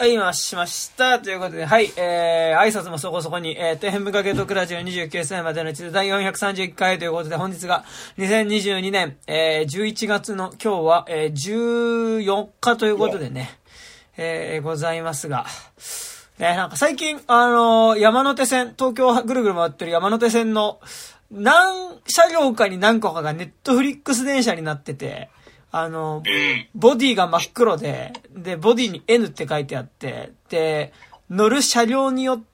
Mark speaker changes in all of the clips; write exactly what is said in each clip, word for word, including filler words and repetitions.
Speaker 1: はい、今しました。ということで、はい、えー、挨拶もそこそこに、えー、底辺文化系トークラジオにじゅうきゅうさいまでの一度第よんひゃくさんじゅういっかいということで、本日がにせんにじゅうにねん、えー、じゅういちがつの今日は、えー、じゅうよっかということでね、えー、ございますが、えー、なんか最近、あのー、山手線、東京ぐるぐる回ってる山手線の何車両かに何個かがネットフリックス電車になってて、あの、ボディが真っ黒で、で、ボディに エヌ って書いてあって、で、乗る車両によって、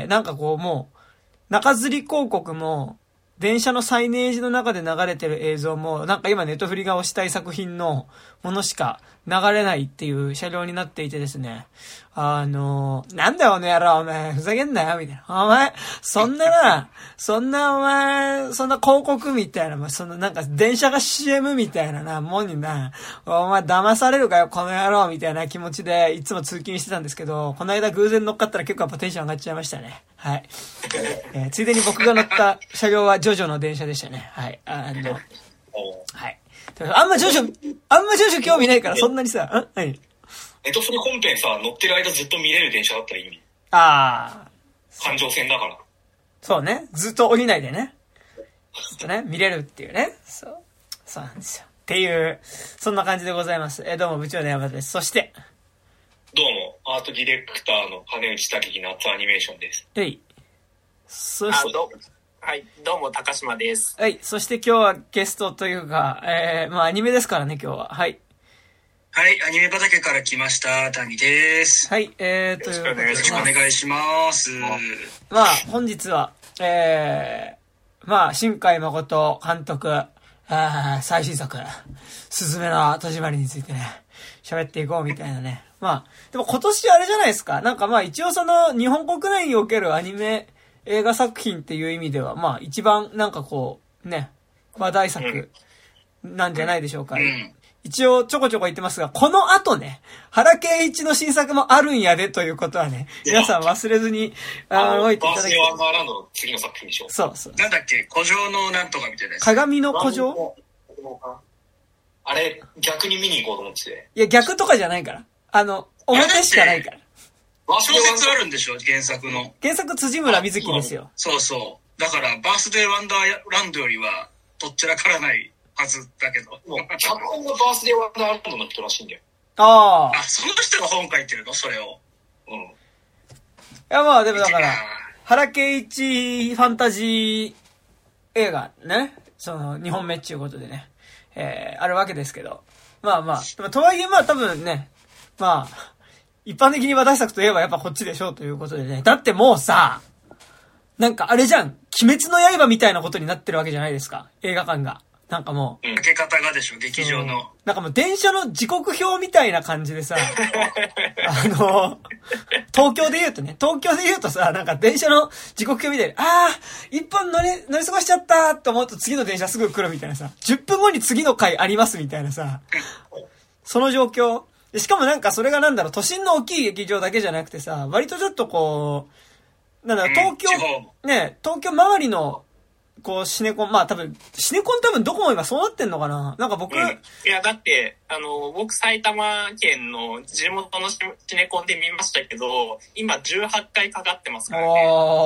Speaker 1: なんかこうもう、中吊り広告も、電車のサイネージの中で流れてる映像も、なんか今ネットフリが推したい作品のものしか流れないっていう車両になっていてですね。あのー、なんだよ、この野郎、お前、ふざけんなよ、みたいな。お前、そんなな、そんなお前、そんな広告みたいな、そのなんか電車が シーエム みたいなな、もんにな、お前騙されるかよ、この野郎、みたいな気持ちでいつも通勤してたんですけど、この間偶然乗っかったら結構やっぱテンション上がっちゃいましたね。はい。えー、ついでに僕が乗った車両はジョジョの電車でしたね。はい。あの、はい。あんまジョジョ、あんまジョジョ興味ないから、そんなにさ、んはい。
Speaker 2: ネットフリ本編さ、乗ってる間ずっと見れる電車だったらいいの。
Speaker 1: ああ。
Speaker 2: 環状線だから。
Speaker 1: そうね。ずっと降りないでね。ずっとね、見れるっていうね。そう。そうなんですよ。っていう、そんな感じでございます。えー、どうも部長の山田です。そして。
Speaker 2: どうも、アートディレクターの金内武樹夏アニメーションです。
Speaker 1: はい。そして。
Speaker 3: あ、どうも。はい、どうも、高島です。
Speaker 1: はい。そして今日はゲストというか、えー、まあアニメですからね、今日は。はい。
Speaker 4: はい、アニメ畑から来ました、谷です。
Speaker 1: はい、えー、ということで。
Speaker 4: よろしくお願いします。
Speaker 1: まあ、本日は、えー、まあ、新海誠監督、あ最新作、すずめの戸締まりについてね、喋っていこうみたいなね。まあ、でも今年あれじゃないですか。なんかまあ一応その日本国内におけるアニメ映画作品っていう意味では、まあ一番なんかこう、ね、話題作なんじゃないでしょうか。うんうん一応ちょこちょこ言ってますが、この後ね、原敬一の新作もあるんやでということはね、皆さん忘れずに、
Speaker 2: あの、置いていただきたい。バースデーワンダーランドの次の作品でしょ。
Speaker 1: そうそう。
Speaker 4: なんだっけ、古城のなんとかみたいなやつ。
Speaker 1: 鏡の古城
Speaker 2: あれ、逆に見に行こうと思ってて。
Speaker 1: いや、逆とかじゃないから。あの、表しかないから。
Speaker 4: 小説あるんでしょ、原作の。
Speaker 1: 原作辻村瑞希ですよ。
Speaker 4: そうそう。だから、バースデーワンダーランドよりは、どっちらからないはずだけど。
Speaker 2: もう、脚本がバースデーワンダーランドの人らしいんだよ。
Speaker 1: ああ。
Speaker 4: あ、その人が本書いてるのそれを。うん。い
Speaker 1: や、まあ、でもだから、原敬一ファンタジー映画ね。その、にほんめっていうことでね。えー、あるわけですけど。まあまあ、でもとはいえまあ多分ね、まあ、一般的に話題作といえばやっぱこっちでしょうということでね。だってもうさ、なんかあれじゃん。鬼滅の刃みたいなことになってるわけじゃないですか。映画館が。なんかも
Speaker 4: う。開け方がでしょ、劇場の。
Speaker 1: なんかもう電車の時刻表みたいな感じでさ、あの、東京で言うとね、東京で言うとさ、なんか電車の時刻表みたいな、あー、一本乗り、乗り過ごしちゃったと思うと次の電車すぐ来るみたいなさ、じゅっぷんごに次の回ありますみたいなさ、その状況。しかもなんかそれがなんだろう、都心の大きい劇場だけじゃなくてさ、割とちょっとこう、なんだろう、東京、ね、東京周りの、こう、シネコン、まあ多分、シネコン多分どこも今そうなってんのかななんか僕、うん、
Speaker 3: いや、だって、あの、僕埼玉県の地元のシネコンで見ましたけど、今じゅうはちかいかかってますからね。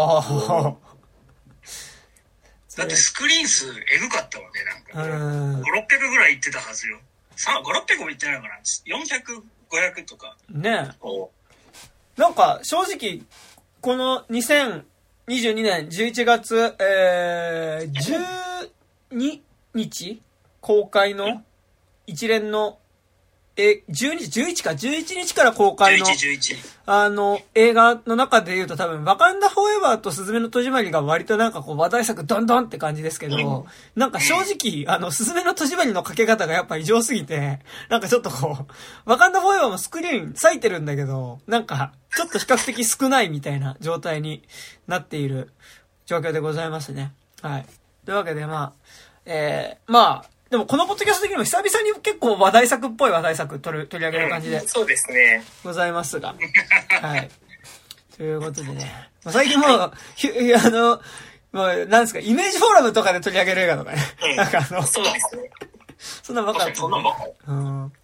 Speaker 4: だってスクリーン数エグかったわね、なんか。ごひゃく、ろっぴゃくぐらい行ってたはずよ。ごひゃく、ろっぴゃくも行ってないのかな ?よんひゃく、ごひゃくとか。
Speaker 1: ねえ。なんか、正直、このにせんにじゅうにねんじゅういちがつ、えー、じゅうににち公開の一連の、え、じゅうにち、じゅういちか、じゅういちにちから公開の、
Speaker 4: じゅういち、じゅういち
Speaker 1: あの、映画の中で言うと多分、ワカンダフォーエバーとスズメの戸締まりが割となんかこう話題作ドンドンって感じですけど、うん、なんか正直、あの、スズメの戸締まりのかけ方がやっぱ異常すぎて、なんかちょっとこう、ワカンダフォーエバーもスクリーン割いてるんだけど、なんか、ちょっと比較的少ないみたいな状態になっている状況でございますね。はい。というわけで、まあ、えー、まあ、でもこのポッドキャスト的にも久々に結構話題作っぽい話題作取る取り上げる感じで、
Speaker 3: うん、そうですね。
Speaker 1: ございますが。はい。ということでね。まあ、最近もう、あの、もう、なんですか、イメージフォーラムとかで取り上げる映画とかね。
Speaker 3: うん、
Speaker 1: なんかあの、
Speaker 3: そうですね。
Speaker 1: そんなばっかり。
Speaker 2: そんなばっかり。
Speaker 1: うん。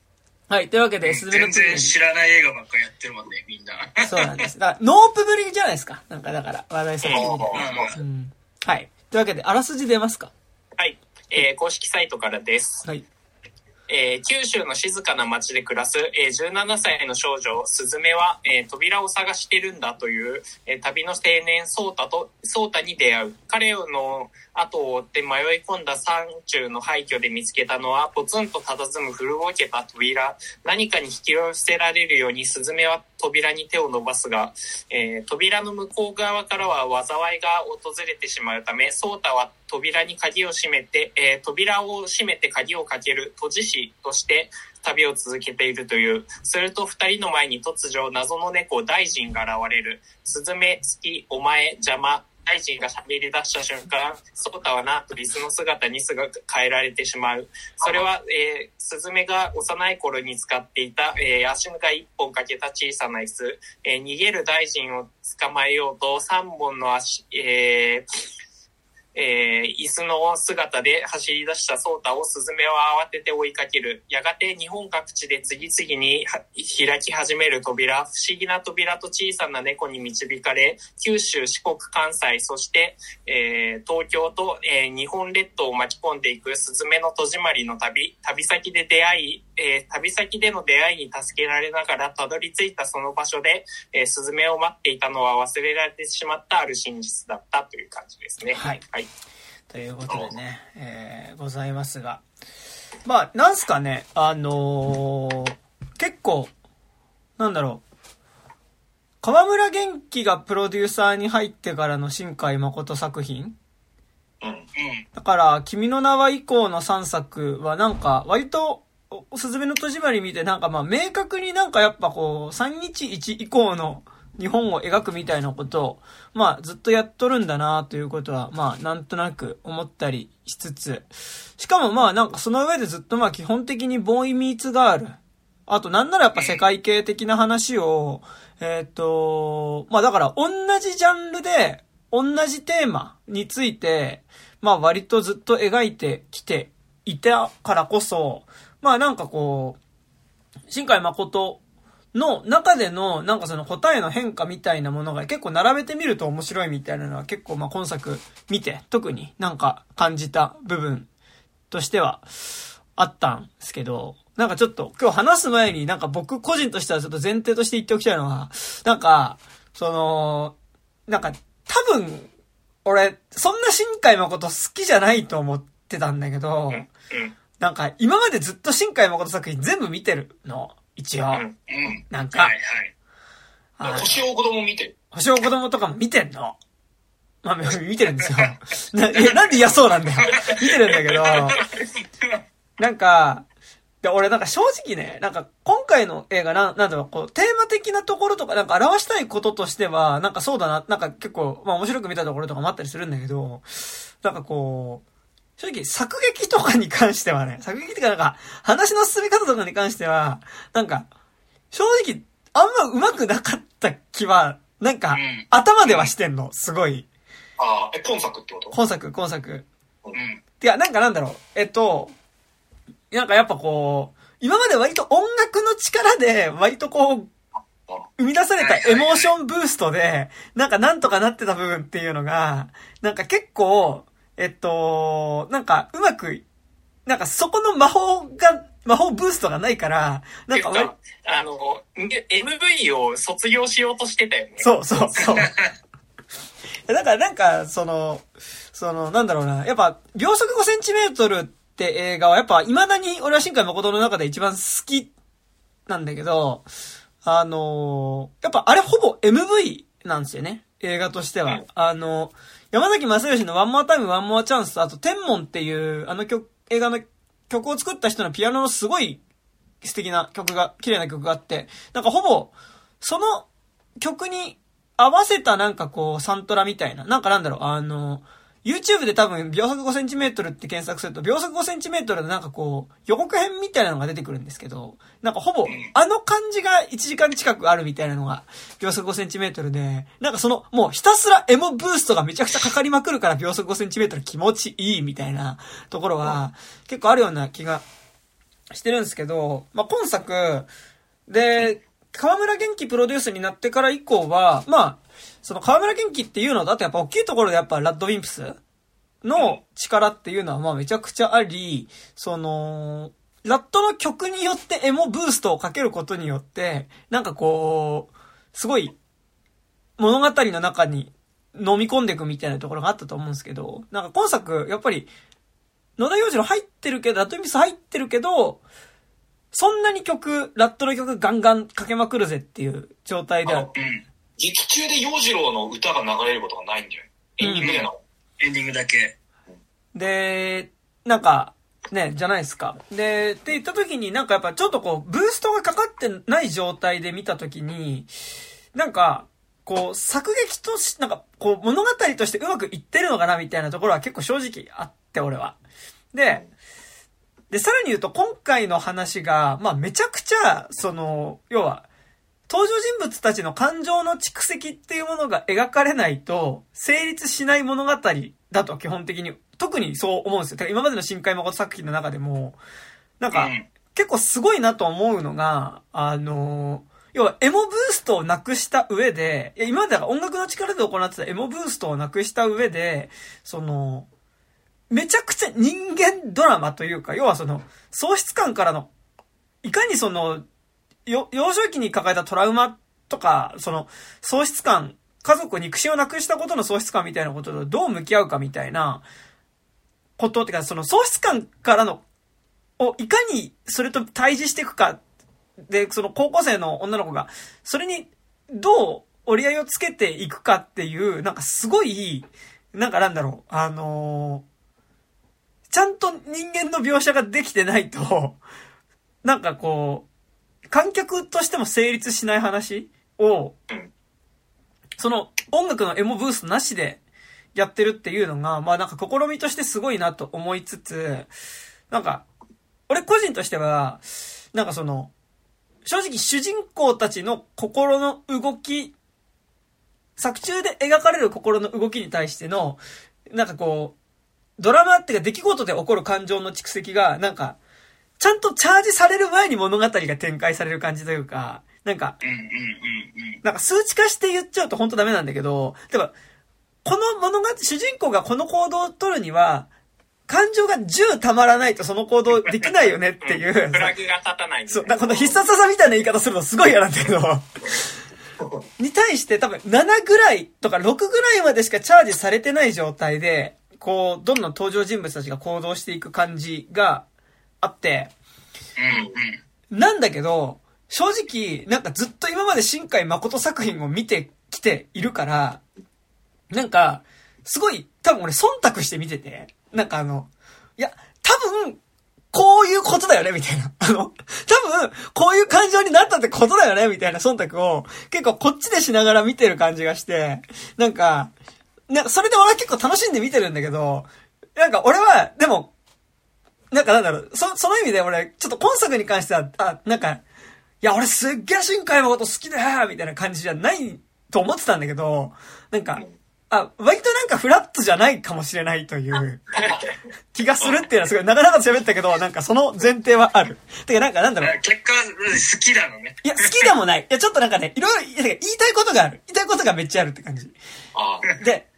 Speaker 1: はい。というわけで、すずめの
Speaker 4: 戸締まり。全然知らない映画ばっかやってるもんね、みんな。
Speaker 1: そうなんです。だから、ノープぶりじゃないですか。なんか、だから、話題作品で、うん。はい。というわけで、あらすじ出ますか？
Speaker 3: はい。えー、公式サイトからです。
Speaker 1: はい。
Speaker 3: えー、九州の静かな町で暮らす、えー、じゅうななさいの少女すずめは、えー、扉を探してるんだという、えー、旅の青年ソータとソータに出会う。彼の後を追って迷い込んだ山中の廃墟で見つけたのはポツンと佇む古ぼけた扉。何かに引き寄せられるようにすずめは扉に手を伸ばすが、えー、扉の向こう側からは災いが訪れてしまうため、ソータは扉に鍵を閉めて、えー、扉を閉めて鍵をかける閉じ師として旅を続けているという。すると二人の前に突如謎の猫大臣が現れる。スズメ好き、お前邪魔。大臣が喋り出した瞬間、ソータはなんとリスの姿にすが変えられてしまう。それは、えー、スズメが幼い頃に使っていた、えー、足が一本かけた小さな椅子、えー、逃げる大臣を捕まえようと三本の足、えーえー、椅子の姿で走り出したソータをスズメは慌てて追いかける。やがて日本各地で次々に開き始める扉、不思議な扉と小さな猫に導かれ、九州、四国、関西、そして、えー、東京と、えー、日本列島を巻き込んでいくスズメの戸締まりの旅、旅先で出会い、えー、旅先での出会いに助けられながらたどり着いたその場所で、えー、スズメを待っていたのは忘れられてしまったある真実だったという感じですね。
Speaker 1: はい。
Speaker 3: はい。
Speaker 1: ということでね、えー、ございますが。まあ、なんすかね、あのー、結構、なんだろう。川村元気がプロデューサーに入ってからの新海誠作品、
Speaker 2: うん、
Speaker 1: だから、君の名は以降のさんさくはなんか、割と、すずめの戸締まり見てなんかまあ、明確になんかやっぱこう、さんいちいち以降の日本を描くみたいなことを、まあ、ずっとやっとるんだなということは、まあ、なんとなく思ったりしつつ、しかもまあ、なんかその上でずっとまあ、基本的にボーイミーツガール、あとなんならやっぱ世界系的な話を、えっと、まあだから同じジャンルで、同じテーマについて、まあ割とずっと描いてきていたからこそ、まあなんかこう、新海誠の中でのなんかその答えの変化みたいなものが結構並べてみると面白いみたいなのは結構まあ今作見て特になんか感じた部分としてはあったんですけど、なんかちょっと今日話す前になんか僕個人としてはちょっと前提として言っておきたいのは、なんか、その、なんか多分俺そんな新海誠好きじゃないと思ってたんだけど、なんか今までずっと新海誠作品全部見てるの。一応。うん。なんか。
Speaker 2: はいはい。星を子供見てる。
Speaker 1: 星を子供とかも見てんの。まあ、見てるんですよ。な、いや、なんで嫌そうなんだよ。見てるんだけど、なんか、で俺なんか正直ね、なんか今回の映画な、なんだろう、こう、テーマ的なところとか、なんか表したいこととしては、なんかそうだな、なんか結構、まあ面白く見たところとかもあったりするんだけど、なんかこう、正直、作劇とかに関してはね、作劇ってかなんか、話の進め方とかに関しては、なんか、正直、あんま上手くなかった気は、なんか、うん、頭ではしてんの、すごい。
Speaker 2: ああ、え、今作ってこと？
Speaker 1: 今作、今作。
Speaker 2: うん。
Speaker 1: てか、なんかなんだろう、えっと、なんかやっぱこう、今まで割と音楽の力で、割とこう、生み出されたエモーションブーストで、なんかなんとかなってた部分っていうのが、なんか結構、えっと、なんか、うまく、なんかそこの魔法が、魔法ブーストがないから、なんか、
Speaker 3: あの、エムブイ を卒業しようとしてたよね。
Speaker 1: そうそうそう。だからなんか、その、その、なんだろうな、やっぱ、秒速ごセンチメートルって映画は、やっぱ、未だに俺は新海誠の中で一番好きなんだけど、あの、やっぱあれほぼ エムブイ なんですよね。映画としては。うん、あの、山崎正義のワンモアタイムワンモアチャンス、あと天文っていうあの曲、映画の曲を作った人のピアノのすごい素敵な曲が、綺麗な曲があって、なんかほぼその曲に合わせたなんかこうサントラみたいな、なんかなんだろう、あの、YouTube で多分秒速ごセンチメートルって検索すると秒速ごセンチメートルのなんかこう予告編みたいなのが出てくるんですけど、なんかほぼあの感じがいちじかん近くあるみたいなのが秒速ごセンチメートルで、なんかそのもうひたすらエモブーストがめちゃくちゃかかりまくるから秒速ごセンチメートル気持ちいいみたいなところは結構あるような気がしてるんですけど、まあ、今作、で、河村元気プロデュースになってから以降は、まあ、その河村元気っていうのだとやっぱ大きいところでやっぱラッドウィンプスの力っていうのはまあめちゃくちゃあり、その、ラッドの曲によってエモブーストをかけることによって、なんかこう、すごい物語の中に飲み込んでいくみたいなところがあったと思うんですけど、なんか今作、やっぱり、野田洋次郎入ってるけど、ラッドウィンプス入ってるけど、そんなに曲、ラッドの曲ガンガンかけまくるぜっていう状態である。
Speaker 2: 劇中で洋次郎の歌が流れることがないんじゃない？エンディングでなの、
Speaker 4: うん、エンディングだけ。
Speaker 1: で、なんか、ね、じゃないですか。で、って言った時になんかやっぱちょっとこう、ブーストがかかってない状態で見た時に、なんか、こう、作劇とし、なんか、こう、物語としてうまくいってるのかなみたいなところは結構正直あって、俺は。で、で、さらに言うと今回の話が、まあめちゃくちゃ、その、要は、登場人物たちの感情の蓄積っていうものが描かれないと成立しない物語だと基本的に、特にそう思うんですよ。てか今までの新海誠作品の中でも、なんか、結構すごいなと思うのが、あの、要はエモブーストをなくした上で、いや今までは音楽の力で行ってたエモブーストをなくした上で、その、めちゃくちゃ人間ドラマというか、要はその、喪失感からの、いかにその、よ、幼少期に抱えたトラウマとか、その、喪失感、家族、肉親をなくしたことの喪失感みたいなこととどう向き合うかみたいな、ことってか、その喪失感からの、をいかにそれと対峙していくか、で、その高校生の女の子が、それにどう折り合いをつけていくかっていう、なんかすごい、なんかなんだろう、あのー、ちゃんと人間の描写ができてないと、なんかこう、観客としても成立しない話を、その音楽のエモブーストなしでやってるっていうのが、まあなんか試みとしてすごいなと思いつつ、なんか、俺個人としては、なんかその、正直主人公たちの心の動き、作中で描かれる心の動きに対しての、なんかこう、ドラマっていうか出来事で起こる感情の蓄積が、なんか、ちゃんとチャージされる前に物語が展開される感じというか、なんか、なんか数値化して言っちゃうと本当ダメなんだけど、例えば、この物語、主人公がこの行動を取るには、感情がじゅうたまらないとその行動できないよねっていう。フ
Speaker 3: ラグが立たない、ね。
Speaker 1: そう、だからこの必殺技みたいな言い方するのすごい嫌なんだけど。に対して多分ななぐらいとかろくぐらいまでしかチャージされてない状態で、こう、どんどん登場人物たちが行動していく感じがあって、なんだけど、正直、なんかずっと今まで新海誠作品を見てきているから、なんか、すごい、多分俺忖度して見てて、なんかあの、いや、多分、こういうことだよね、みたいな。あの、多分、こういう感情になったってことだよね、みたいな忖度を、結構こっちでしながら見てる感じがして、なんか、なんかそれで俺は結構楽しんで見てるんだけど、なんか俺は、でも、なんかなんだろう、そ、その意味で俺、ちょっと今作に関しては、あ、なんか、いや、俺すっげえ新海誠好きだよみたいな感じじゃないと思ってたんだけど、なんか、あ、割となんかフラットじゃないかもしれないという気がするっていうのはすごい長々と喋ったけど、なんかその前提はある。てかなんかなんだろう。
Speaker 4: 結果、好きなのね。
Speaker 1: いや、好きでもない。いや、ちょっとなんかね、いろいろ、言いたいことがある。言いたいことがめっちゃあるって感じ。
Speaker 2: ああ。
Speaker 1: で、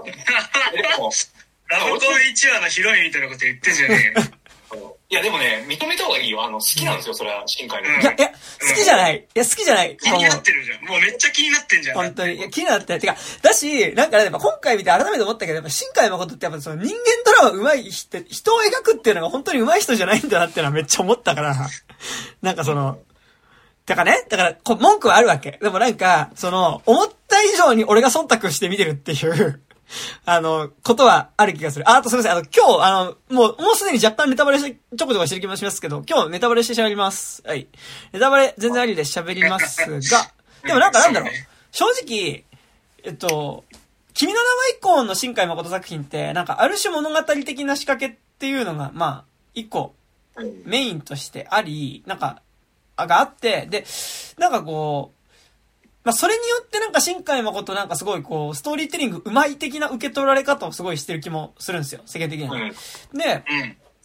Speaker 2: ラ
Speaker 4: ブコメいちわのヒロインみたいなこと言ってんじゃねえよ。
Speaker 2: いやでもね、認めた方がいいよ。あの、好きなんですよ、それは、新海の。
Speaker 1: いや、いや、好きじゃない。いや、好きじゃない。
Speaker 4: 気になってるじゃん。もうめっちゃ気になってんじゃん。
Speaker 1: 本当に。いや、気になってる。てか、だし、なんかね、今回見て改めて思ったけど、やっぱ新海誠ってやっぱその人間ドラマ上手い人、人を描くっていうのが本当に上手い人じゃないんだなっていうのはめっちゃ思ったから、なんかその、だからね、だから、こ文句はあるわけ。でもなんか、その、思った以上に俺が忖度して見てるっていう、あの、ことはある気がする。あ、あとすみません。あの、今日、あの、もう、もうすでに若干ネタバレして、ちょこちょこしてる気もしますけど、今日ネタバレして喋ります。はい。ネタバレ全然ありで喋りますが、でもなんかなんだろう。正直、えっと、君の名前以降の新海誠作品って、なんかある種物語的な仕掛けっていうのが、まあ、一個、メインとしてあり、なんか、があって、で、なんかこう、まあ、それによってなんか新海誠なんかすごいこう、ストーリーテリング上手い的な受け取られ方をすごいしてる気もするんですよ、世間的には。うん、で、うん、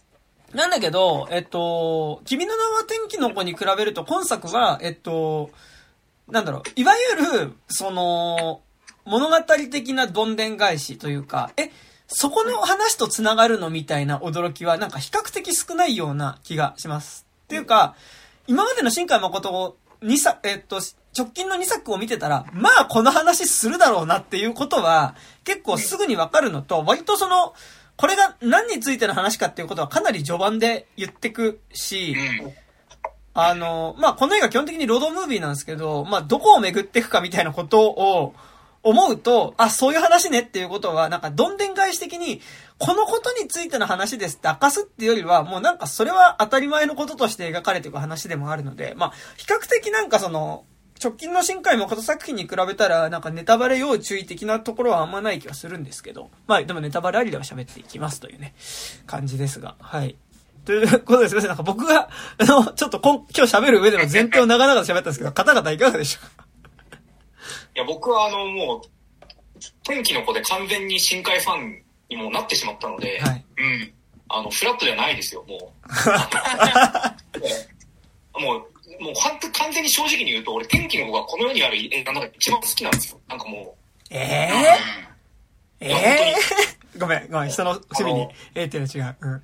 Speaker 1: なんだけど、えっと、君の名は天気の子に比べると今作は、えっと、なんだろう、いわゆる、その、物語的などんでん返しというか、え、そこの話と繋がるのみたいな驚きはなんか比較的少ないような気がします。っていうか、今までの新海誠をにさく、えっと、直近のにさくを見てたら、まあこの話するだろうなっていうことは結構すぐにわかるのと、割とその、これが何についての話かっていうことはかなり序盤で言ってくし、あの、まあこの映画基本的にロードムービーなんですけど、まあどこを巡っていくかみたいなことを思うと、あ、そういう話ねっていうことは、なんかどんでん返し的に、このことについての話ですって明かすっていうよりは、もうなんかそれは当たり前のこととして描かれていく話でもあるので、まあ比較的なんかその、直近の新海誠作品に比べたら、なんかネタバレ要注意的なところはあんまない気はするんですけど、まあでもネタバレありでは喋っていきますというね、感じですが、はい。ということです。なんか僕が、あの、ちょっと今今日喋る上での前提を長々と喋ったんですけど、方々いかがでしょうか？
Speaker 2: いや、僕はあの、もう、天気の子で完全に新海ファンにもなってしまったので、はい、うん。あの、フラットじゃないですよ、もう。もう、もう完全に正直に言うと、俺天気の子がこの世にある映画の中で一番好きなんですよ。なんかもう。
Speaker 1: えぇ、ー、えぇ、ー、ごめん、ごめん、人の趣味に、えーっていうの違う。うん。はい、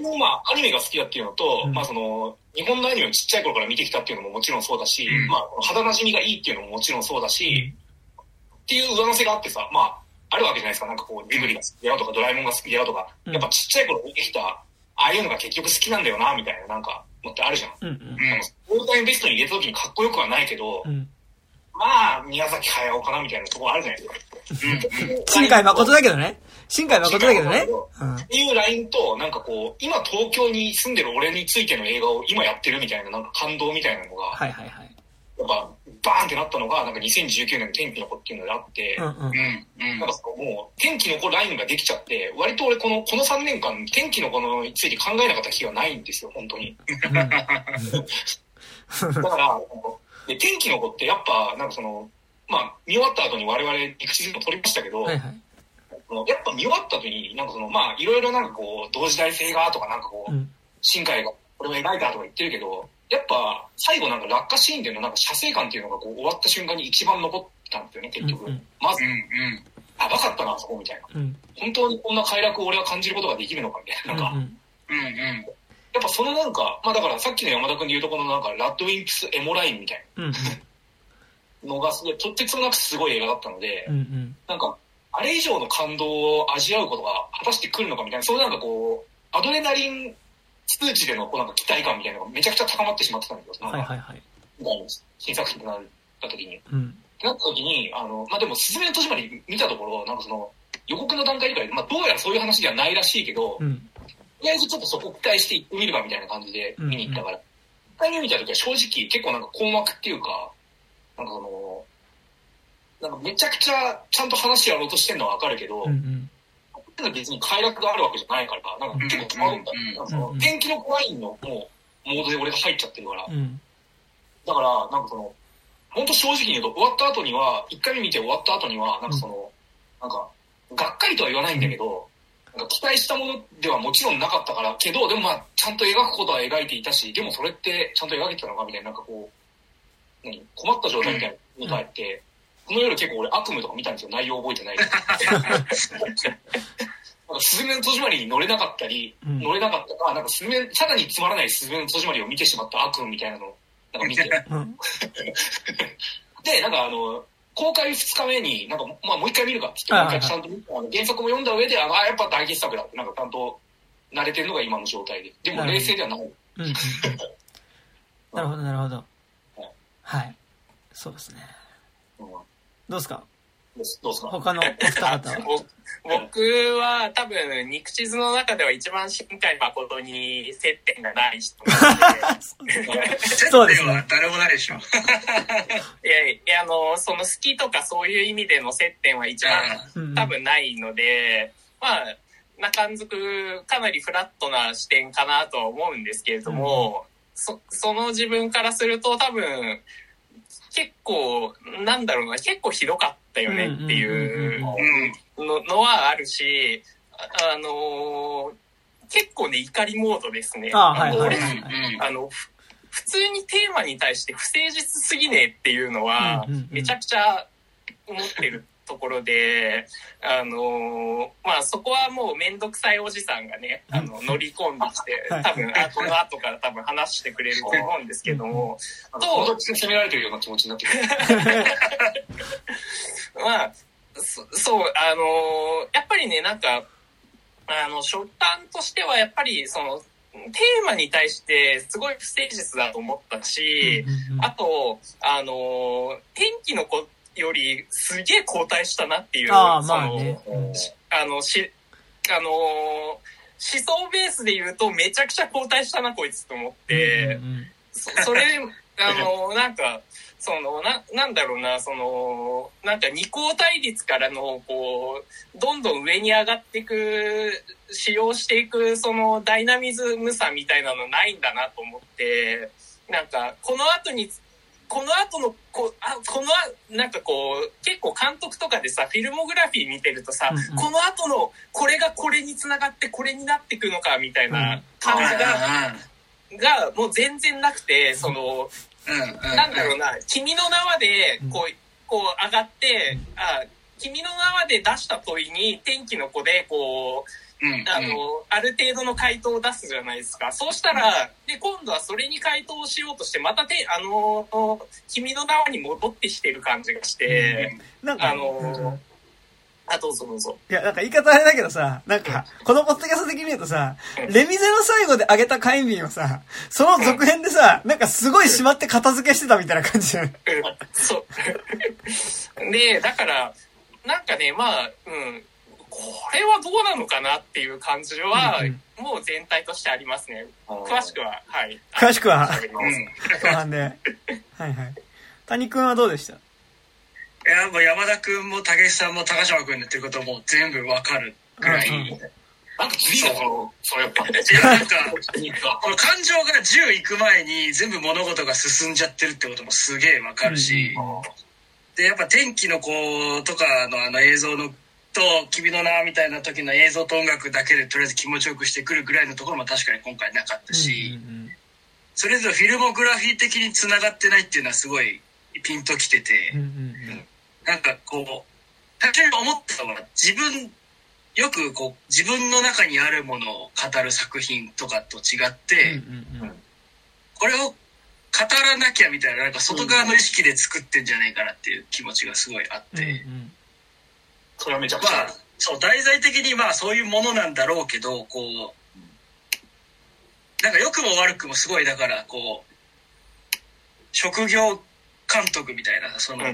Speaker 2: もうまあ、アニメが好きだっていうのと、うん、まあその、日本のアニメをちっちゃい頃から見てきたっていうのももちろんそうだし、うん、まあ、肌馴染みがいいっていうのももちろんそうだし、うん、っていう上乗せがあってさ、まあ、あるわけじゃないですか。なんかこう、ジブリが好きだよとか、ドラえもんが好きだよとか、うん、やっぱちっちゃい頃見てきた、ああいうのが結局好きなんだよな、みたいな、なんか、のってあるじゃん。うんうん。オールタイムベストに入れた時にかっこよくはないけど、うん、まあ、宮崎駿かな、みたいなところあるじゃないですか。うん、
Speaker 1: 新海誠だけどね。新海誠だけどね。
Speaker 2: うん、っていうラインと、なんかこう、今東京に住んでる俺についての映画を今やってるみたいな、なんか感動みたいなのが、
Speaker 1: はいはいはい。
Speaker 2: やっぱ、バーンってなったのが、なんかにせんじゅうきゅうねんの天気の子っていうのであって、うんうん。なんかもう、天気の子ラインができちゃって、割と俺この、このさんねんかん、天気の子について考えなかった日はないんですよ、本当に。だから、で天気の子ってやっぱ、なんかその、まあ、見終わった後に我々、陸地も撮りましたけど、はいはい、やっぱ見終わった後に、なんかその、まあ、いろいろなんかこう、同時代性がとかなんかこう、うん、新海がこれを描いたとか言ってるけど、やっぱ、最後なんか落下シーンでのなんか射精感っていうのがこう終わった瞬間に一番残ったんですよね、結局。うんうん、まず、うんうん、やばかったな、そこみたいな、うん。本当にこんな快楽を俺は感じることができるのかみたいな。なんか、うんうんうん、やっぱそのなんか、まあだからさっきの山田君で言うとこのなんか、ラッドウィンプスエモラインみたいな、うんうん、のがすごい、とってつもなくすごい映画だったので、うんうん、なんか、あれ以上の感動を味わうことが果たしてくるのかみたいな、そういうなんかこう、アドレナリン、数値でのこうなんか期待感みたいなのがめちゃくちゃ高まってしまってたんですよ。はいはいはい。新作品となった時に。うん。ってなった時に、あの、まあ、でも、すずめの戸締まり見たところ、なんかその、予告の段階くらいで、まあ、どうやらそういう話ではないらしいけど、うん、とりあえずちょっとそこ期待して行ってみるかみたいな感じで見に行ったから、一、うんうん、回目見た時は正直結構なんか困惑っていうか、なんかその、なんかめちゃくちゃちゃんと話やろうとしてるのはわかるけど、うんうん別に快楽があるわけじゃないから、なんか結構戸惑った。うん、なんかその天気の子ラインのもうモードで俺が入っちゃってるから。うん、だから、なんかその、本当正直に言うと、終わった後には、一回目見て終わった後には、なんかその、うん、なんか、がっかりとは言わないんだけど、なんか期待したものではもちろんなかったから、けど、でもまあ、ちゃんと描くことは描いていたし、でもそれってちゃんと描けてたのかみたいな、なんかこう、何困った状態みたいなのに帰って、うんこの夜結構俺悪夢とか見たんですよ。内容覚えてないけど。なんかスズメの戸締まりに乗れなかったり、うん、乗れなかったか、なんかスズメ、さらにつまらないスズメの戸締まりを見てしまった悪夢みたいなのをなんか見て。うん、で、なんかあの、公開ふつかめに、なんか、まあもう一回見るかって言って、もう一回ちゃんとあの原作も読んだ上で、ああ、やっぱ大傑作だって、なんかちゃんと慣れてるのが今の状態で。でも冷静ではない。うん、
Speaker 1: なるほど、なるほど。はい。はい、そうですね。うんどうですか
Speaker 2: どうすか
Speaker 1: 他のお二方は
Speaker 3: 僕は多分肉地図の中では一番新海誠に接点がない人なん
Speaker 4: でそうですね誰もないでしょい
Speaker 3: やいやあのその好きとかそういう意味での接点は一番多分ないので、まあ中んずくかなりフラットな視点かなとは思うんですけれども、うん、そ, その自分からすると多分結構なんだろうな結構ひどかったよねっていうのはあるし、あの結構ね、怒りモードですね。
Speaker 1: あ、はいはいはい。
Speaker 3: あの、普通にテーマに対して不誠実すぎねえっていうのは、めちゃくちゃ思ってるところで、あの、まあ、そこはもうめんどくさいおじさんがね、あの、乗り込んできて、多分、あ、この後から多分話してくれると思うんですけども、
Speaker 2: と、本当に責められてるような気持ちになってくる。
Speaker 3: まあ、そ、そう、あの、やっぱりね、なんか、あの、初端としてはやっぱり、その、テーマに対してすごい不誠実だと思ったし、あと、あの、天気の子よりすげえ後退したなっていう、
Speaker 1: あ、
Speaker 3: その、
Speaker 1: まあね、
Speaker 3: あの、し、あの、思想ベースで言うとめちゃくちゃ後退したなこいつと思って、うんうんうん、そ, それ、あの、なんか、その、な、なんだろうな、その、なんか二項対立からの、こう、どんどん上に上がっていく、使用していく、そのダイナミズムさみたいなのないんだなと思って、なんか、この後に、この後の、こ、あ、この、なんかこう、結構監督とかでさ、フィルモグラフィー見てるとさ、うんうん、この後の、これがこれに繋がってこれになっていくのか、みたいな感じが、うん、が、もう全然なくて、その、うんうんうん、なんだろうな、君の名はで、こう、こう上がって、あ、君の名はで出した問いに、天気の子で、こう、うんうん、あの、ある程度の回答を出すじゃないですか。そうしたら、で、今度はそれに回答をしようとして、またて、あの、君の名はに戻ってきてる感じがして、うん、なんかあの、うんあ、どうぞどうぞ。
Speaker 1: いや、なんか言い方あれだけどさ、なんか、このポッドキャスト的に言うとさ、レミゼの最後で上げた火炎瓶をさ、その続編でさ、なんかすごいしまって片付けしてたみたいな感じじゃない？
Speaker 3: そう。で、だから、なんかね、まあ、うん、これはどうなのかなっていう感じは、うんうん、もう全体としてありますね。詳しくは、はい。
Speaker 1: 詳しくは、後半で。はいはい。谷くんはどうでした？
Speaker 4: いや、もう山田くんも武さんも高島くんの言ってることも全部わかるぐらい。うんうん、
Speaker 2: なんか次のその、そうやっぱ。い
Speaker 4: や、なんか、この感情がじゅう行く前に全部物事が進んじゃってるってこともすげえわかるし、うんうん、で、やっぱ天気の子とかのあの映像のと、君の名みたいな時の映像と音楽だけでとりあえず気持ちよくしてくるぐらいのところも確かに今回なかったし、うんうんうん、それぞれフィルモグラフィー的に繋がってないっていうのはすごいピンときてて、うんうんうん、なんかこう、単純に思ったのは自分、よくこう自分の中にあるものを語る作品とかと違って、うんうんうん、これを語らなきゃみたいな、なんか外側の意識で作ってんじゃねえかなっていう気持ちがすごいあって、うんうん、
Speaker 2: それはめちゃくちゃ、
Speaker 4: まあ、そう題材的にまあそういうものなんだろうけど、こうなんか良くも悪くもすごいだからこう職業監督みたいな、その、うん、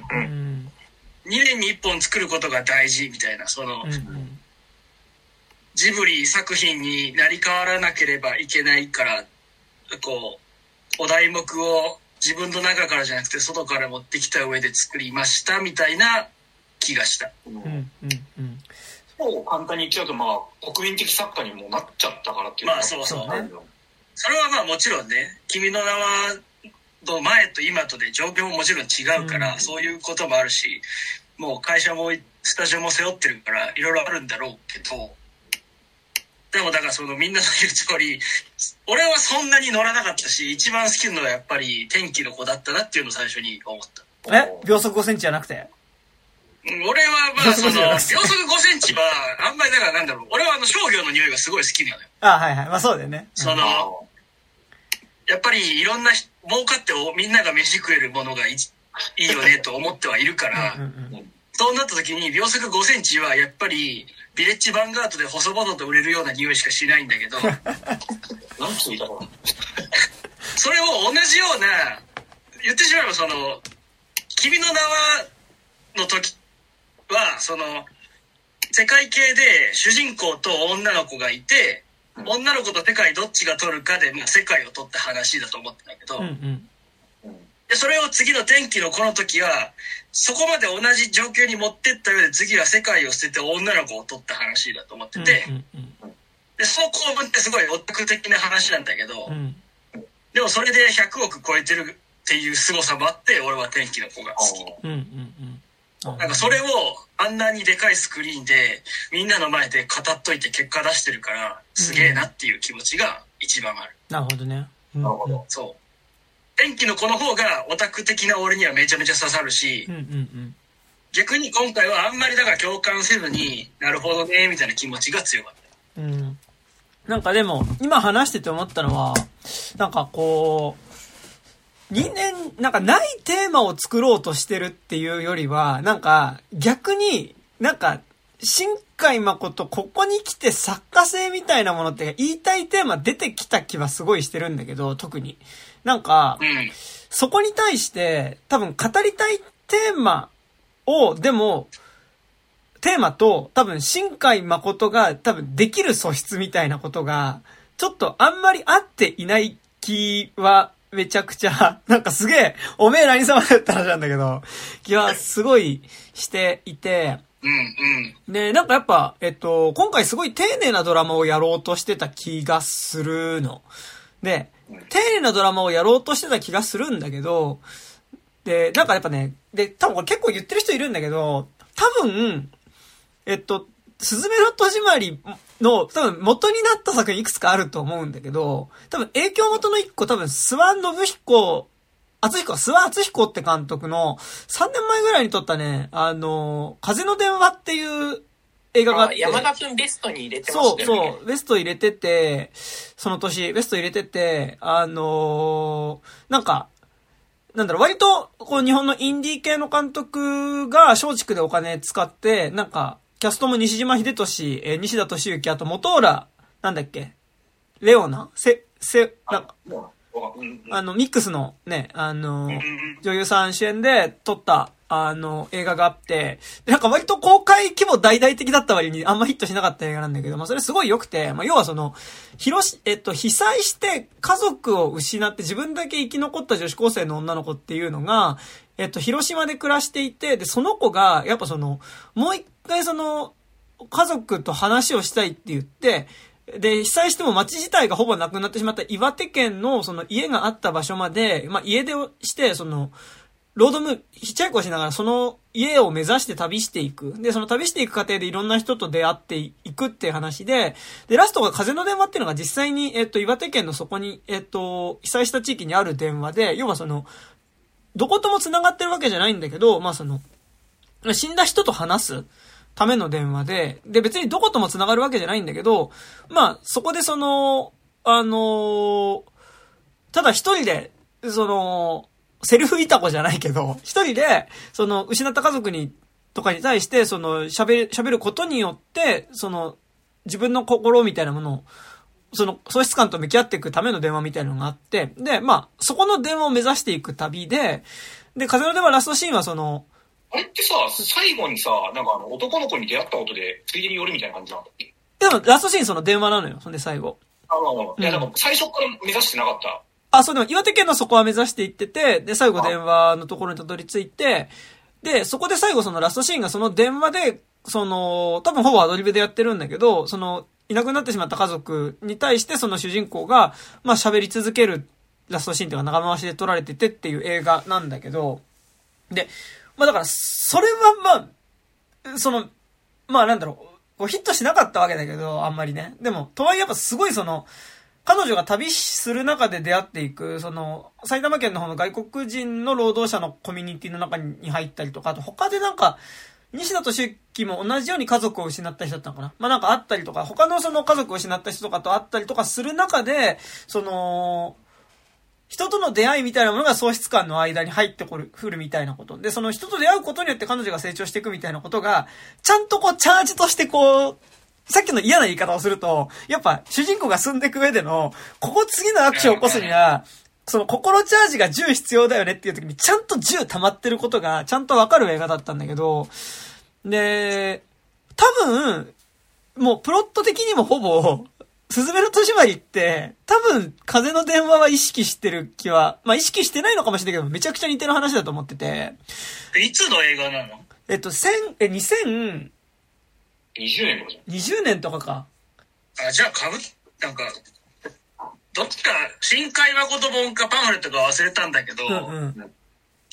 Speaker 4: にねんにいっぽん作ることが大事みたいな、その、うんうん、ジブリ作品になり変わらなければいけないから、こうお題目を自分の中からじゃなくて外から持ってきた上で作りましたみたいな気がした。うんうん
Speaker 2: うん、そう簡単に言っちゃうと、まあ国民的作家にもなっちゃったからっていう。
Speaker 4: まあそうそうね。それはまあもちろんね、君の名はの前と今とで状況ももちろん違うから、うん、そういうこともあるし、もう会社もスタジオも背負ってるからいろいろあるんだろうけど、でもだからそのみんなの言う通り、俺はそんなに乗らなかったし、一番好きなのはやっぱり天気の子だったなっていうのを最初に思った。
Speaker 1: え秒速ごセンチじゃなくて？
Speaker 4: 俺はまあその秒速ごセンチはあんまりだからなんだろう、俺はあの商業の匂いがすごい好きなのよ。
Speaker 1: あ、はいはい、まあそうだよね。
Speaker 4: その、うん、やっぱりいろんな儲かってみんなが飯食えるものがいいよねと思ってはいるからうんうん、うん、そうなった時に秒速ごセンチはやっぱりビレッジヴァンガードで細々と売れるような匂いしかしないんだけど
Speaker 2: 何ついたかな
Speaker 4: それを同じような言ってしまえばその君の名はの時はその世界系で主人公と女の子がいて、うん、女の子と世界どっちが取るかで、まあ、世界を取った話だと思ってたけど、うんうんでそれを次の天気の子の時はそこまで同じ状況に持ってった上で次は世界を捨てて女の子を取った話だと思ってて、うんうんうん、でその構文ってすごいオタク的な話なんだけど、うん、でもそれでひゃくおく超えてるっていう凄さもあって俺は天気の子が好き、うんうんうん、なんかそれをあんなにでかいスクリーンでみんなの前で語っといて結果出してるからすげえなっていう気持ちが一番ある。
Speaker 1: なるほどね。
Speaker 2: なるほど。
Speaker 4: そう。天気の子の方がオタク的な俺にはめちゃめちゃ刺さるし、
Speaker 1: うんうんうん、
Speaker 4: 逆に今回はあんまりだから共感せずになるほどねみたいな気持ちが強かった。
Speaker 1: うん。なんかでも今話してて思ったのは、なんかこう理念なんかないテーマを作ろうとしてるっていうよりは、なんか逆になんか新海誠ここに来て作家性みたいなものって言いたいテーマ出てきた気はすごいしてるんだけど、特になんか、うん、そこに対して多分語りたいテーマを、でもテーマと多分新海誠が多分できる素質みたいなことがちょっとあんまり合っていない気はめちゃくちゃなんかすげえおめえ何様だった話なんだけど気はすごいしていて、
Speaker 4: うんうん。
Speaker 1: で、なんかやっぱ、えっと、今回すごい丁寧なドラマをやろうとしてた気がするの。で、丁寧なドラマをやろうとしてた気がするんだけど、で、なんかやっぱね、で、多分これ結構言ってる人いるんだけど、多分、えっと、すずめの戸締まりの多分元になった作品いくつかあると思うんだけど、多分影響元の一個多分諏訪信彦、厚彦、諏訪厚彦って監督のさんねんまえぐらいに撮ったね、あの、風の電話っていう映画があって。
Speaker 3: 山田くんベストに入れてましたよね。
Speaker 1: そうそう、ベスト入れてて、その年、ベスト入れてて、あのー、なんか、なんだろう、割と、こう日本のインディー系の監督が松竹でお金使って、なんか、キャストも西島秀俊、えー、西田敏行、あと元浦、なんだっけ、レオナせ、せ、なんか、あの、ミックスのね、あの、女優さん主演で撮った、あの、映画があって、で、なんか割と公開規模大々的だった割にあんまヒットしなかった映画なんだけど、まあそれすごい良くて、まあ要はその、広し、えっと、被災して家族を失って自分だけ生き残った女子高生の女の子っていうのが、えっと、広島で暮らしていて、で、その子が、やっぱその、もう一回その、家族と話をしたいって言って、で、被災しても町自体がほぼなくなってしまった岩手県のその家があった場所まで、まあ家出をして、その、ロードムー、ヒッチハイクをしながらその家を目指して旅していく。で、その旅していく過程でいろんな人と出会っていくっていう話で、で、ラストが風の電話っていうのが実際に、えっと、岩手県のそこに、えっと、被災した地域にある電話で、要はその、どことも繋がってるわけじゃないんだけど、まあその、死んだ人と話すための電話で、で、別にどことも繋がるわけじゃないんだけど、まあ、そこでその、あのー、ただ一人で、その、セルフイタコじゃないけど、一人で、その、失った家族に、とかに対して、その、喋る、喋ることによって、その、自分の心みたいなものを、その、喪失感と向き合っていくための電話みたいなのがあって、で、まあ、そこの電話を目指していく旅で、で、風の電話ラストシーンはその、
Speaker 2: あれってさ、最後にさ、なんかあの、男の子に出会ったことで、ついでに寄るみたいな感じなんだっけ？
Speaker 1: でも、ラストシーンその電話なのよ、そんで最後。
Speaker 2: あの、いや、でも最初から目指してなかった。
Speaker 1: あ、そう、でも岩手県のそこは目指していってて、で、最後電話のところにたどり着いて、で、そこで最後そのラストシーンがその電話で、その、多分ほぼアドリブでやってるんだけど、その、いなくなってしまった家族に対してその主人公が、まあ喋り続けるラストシーンっていうか長回しで撮られててっていう映画なんだけど、で、まあだから、それはまあ、その、まあなんだろう、こうヒットしなかったわけだけど、あんまりね。でも、とはいえやっぱすごいその、彼女が旅する中で出会っていく、その、埼玉県の方の外国人の労働者のコミュニティの中に入ったりとか、あと他でなんか、西田敏行も同じように家族を失った人だったのかな。まあなんかあったりとか、他のその家族を失った人とかと会ったりとかする中で、その、人との出会いみたいなものが喪失感の間に入ってくる、くるみたいなこと。で、その人と出会うことによって彼女が成長していくみたいなことが、ちゃんとこうチャージとしてこう、さっきの嫌な言い方をすると、やっぱ主人公が進んでいく上での、ここ次のアクションを起こすには、その心チャージがじゅう必要だよねっていう時に、ちゃんとじゅう溜まってることが、ちゃんとわかる映画だったんだけど、で、多分、もうプロット的にもほぼ、すずめの戸締まりって、多分、風の電話は意識してる気は、まあ意識してないのかもしれないけど、めちゃくちゃ似てる話だと思ってて。
Speaker 4: いつの映画なの？
Speaker 1: えっと、千、え、にせん、
Speaker 2: にじゅうねんとかじゃん。
Speaker 1: にじゅうねんとかか。
Speaker 4: あ、じゃあかぶ、なんか、どっちか、新海誠本かパンフレットか忘れたんだけど、うんうん、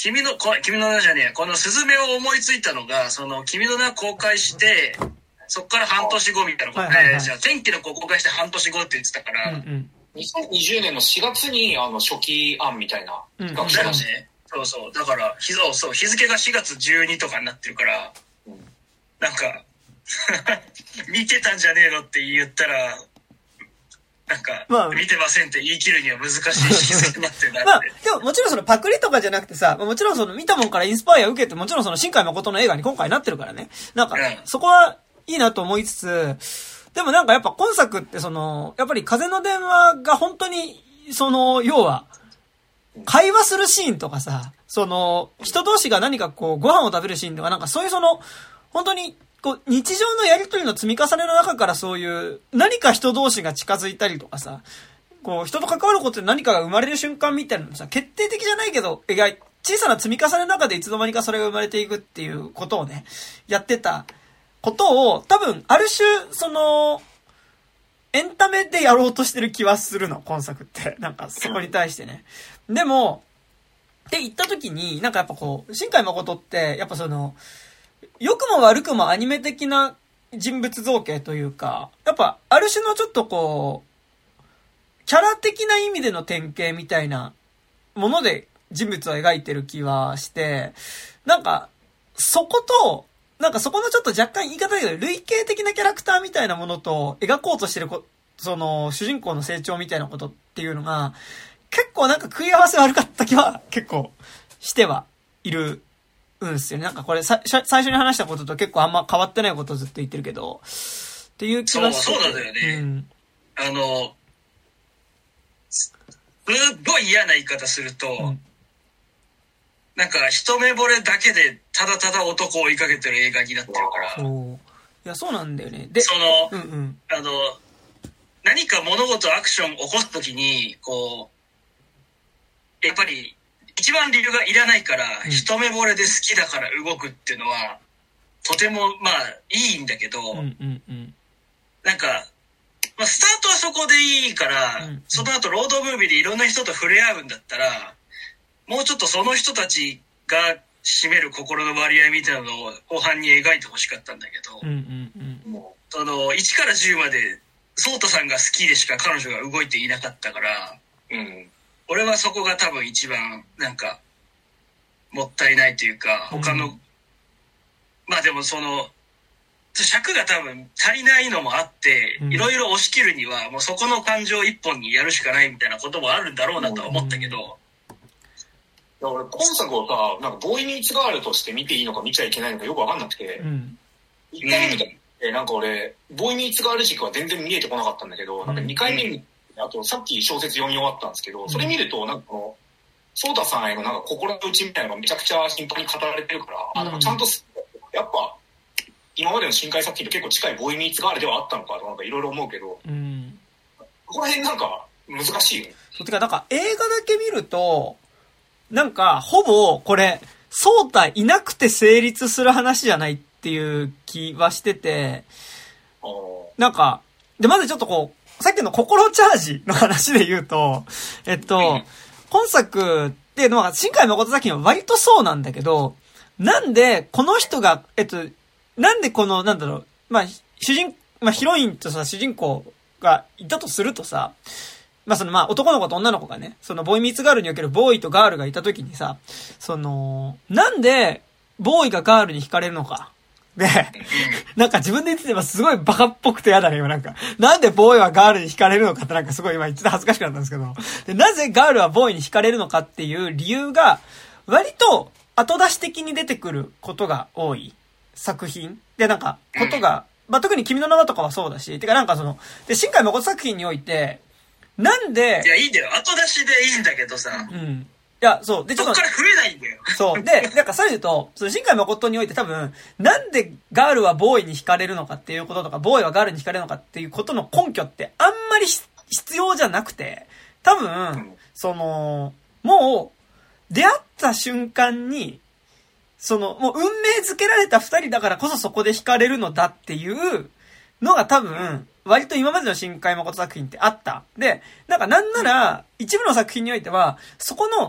Speaker 4: 君の、こ君の名じゃねえ、このスズメを思いついたのが、その、君の名公開して、そっから半年後みたいなこと、はいはいはい、えー、じゃあ、天気の子公開して半年後って言ってたから、うんうん、
Speaker 2: にせんにじゅうねんのしがつに、あの、初期案みたいな、
Speaker 4: うん、学者だしね。そうそう。だから、日、そう、日付がしがつじゅうにとかになってるから、うん、なんか、見てたんじゃねえのって言ったら、なんか、まあ、見てませんって言い切るには難しい日付になってるなって。まあ、
Speaker 1: でももちろんそのパクリとかじゃなくてさ、もちろんその見たもんからインスパイア受けて、もちろんその新海誠の映画に今回なってるからね。なんか、そこはいいなと思いつつ、でもなんかやっぱ今作ってその、やっぱり風の電話が本当に、その、要は、会話するシーンとかさ、その、人同士が何かこう、ご飯を食べるシーンとかなんかそういうその、本当に、こう、日常のやりとりの積み重ねの中からそういう、何か人同士が近づいたりとかさ、こう、人と関わることで何かが生まれる瞬間みたいなのさ、決定的じゃないけど、描い、小さな積み重ねの中でいつの間にかそれが生まれていくっていうことをね、やってたことを、多分、ある種、その、エンタメでやろうとしてる気はするの、今作って。なんか、そこに対してね。でも、って言った時に、なんかやっぱこう、新海誠って、やっぱその、良くも悪くもアニメ的な人物造形というか、やっぱある種のちょっとこう、キャラ的な意味での典型みたいなもので人物を描いてる気はして、なんか、そこと、なんかそこのちょっと若干言い方だけど、類型的なキャラクターみたいなものと描こうとしてるこ、その主人公の成長みたいなことっていうのが、結構なんか食い合わせ悪かった気は結構してはいる。うんですよね。なんかこれさ、最初に話したことと結構あんま変わってないことをずっと言ってるけど、っていう気がして。
Speaker 4: そう、そうなんだよね。うん、あの、すっごい嫌な言い方すると、うん、なんか一目惚れだけでただただ男を追いかけてる映画になってるから。
Speaker 1: そう。いや、そうなんだよね。で、
Speaker 4: その、うんうん、あの、何か物事アクション起こすときに、こう、やっぱり、一番理由がいらないから、うん、一目惚れで好きだから動くっていうのは、とても、まあ、いいんだけど、うんうんうん、なんか、まあ、スタートはそこでいいから、うんうん、その後ロードムービーでいろんな人と触れ合うんだったら、もうちょっとその人たちが占める心の割合みたいなのを後半に描いてほしかったんだけど、うんうんうん、もうそのいちからじゅうまで、ソータさんが好きでしか彼女が動いていなかったから、うん俺はそこが多分一番なんかもったいないというか他の、うん、まあでもその尺が多分足りないのもあっていろいろ押し切るにはもうそこの感情一本にやるしかないみたいなこともあるんだろうなとは思ったけど、うん、い
Speaker 2: や俺今作をさなんかボーイミーツガールとして見ていいのか見ちゃいけないのかよく分かんなくて、うん、いっかいめ見たらなんか俺ボーイミーツガール軸は全然見えてこなかったんだけど、うん、なんかにかいめにあとさっき小説読み終わったんですけど、それ見るとなんかこのソータさんへのなんか心の内みたいなのがめちゃくちゃ頻繁に語られてるから、うん、あなんかちゃんとやっぱ今までの新海作品と結構近いボーイミーツガールではあったのかとかいろいろ思うけど、うん、ここら辺なんか難しいよね。
Speaker 1: そうてかなんか映画だけ見るとなんかほぼこれソータいなくて成立する話じゃないっていう気はしてて、なんかでまずちょっとこうさっきの心チャージの話で言うと、えっと、うん、今作っていうのは、新海誠作品は割とそうなんだけど、なんでこの人が、えっと、なんでこの、なんだろう、まあ、主人、まあ、ヒロインとさ、主人公がいたとするとさ、まあ、その、まあ、男の子と女の子がね、その、ボーイミーツガールにおけるボーイとガールがいたときにさ、その、なんで、ボーイがガールに惹かれるのか。で、なんか自分で言っててもすごいバカっぽくて嫌だね、今なんか。なんでボーイはガールに惹かれるのかってなんかすごい今一度恥ずかしくなったんですけど。で、なぜガールはボーイに惹かれるのかっていう理由が、割と後出し的に出てくることが多い作品。で、なんか、ことが、まあ、特に君の名はとかはそうだし、てかなんかその、で、新海誠作品において、なんで、
Speaker 4: いや、いいんだよ。後出しでいいんだけどさ。うん。
Speaker 1: いや、そう。で、
Speaker 4: ちょっと。そっから増えないんだよ。
Speaker 1: そう。で、なんかさらに言うと、その新海誠において多分、なんでガールはボーイに惹かれるのかっていうこととか、ボーイはガールに惹かれるのかっていうことの根拠ってあんまり必要じゃなくて、多分、その、もう、出会った瞬間に、その、もう運命づけられた二人だからこそそこで惹かれるのだっていうのが多分、割と今までの新海誠作品ってあった。で、なんかなんなら、一部の作品においては、そこの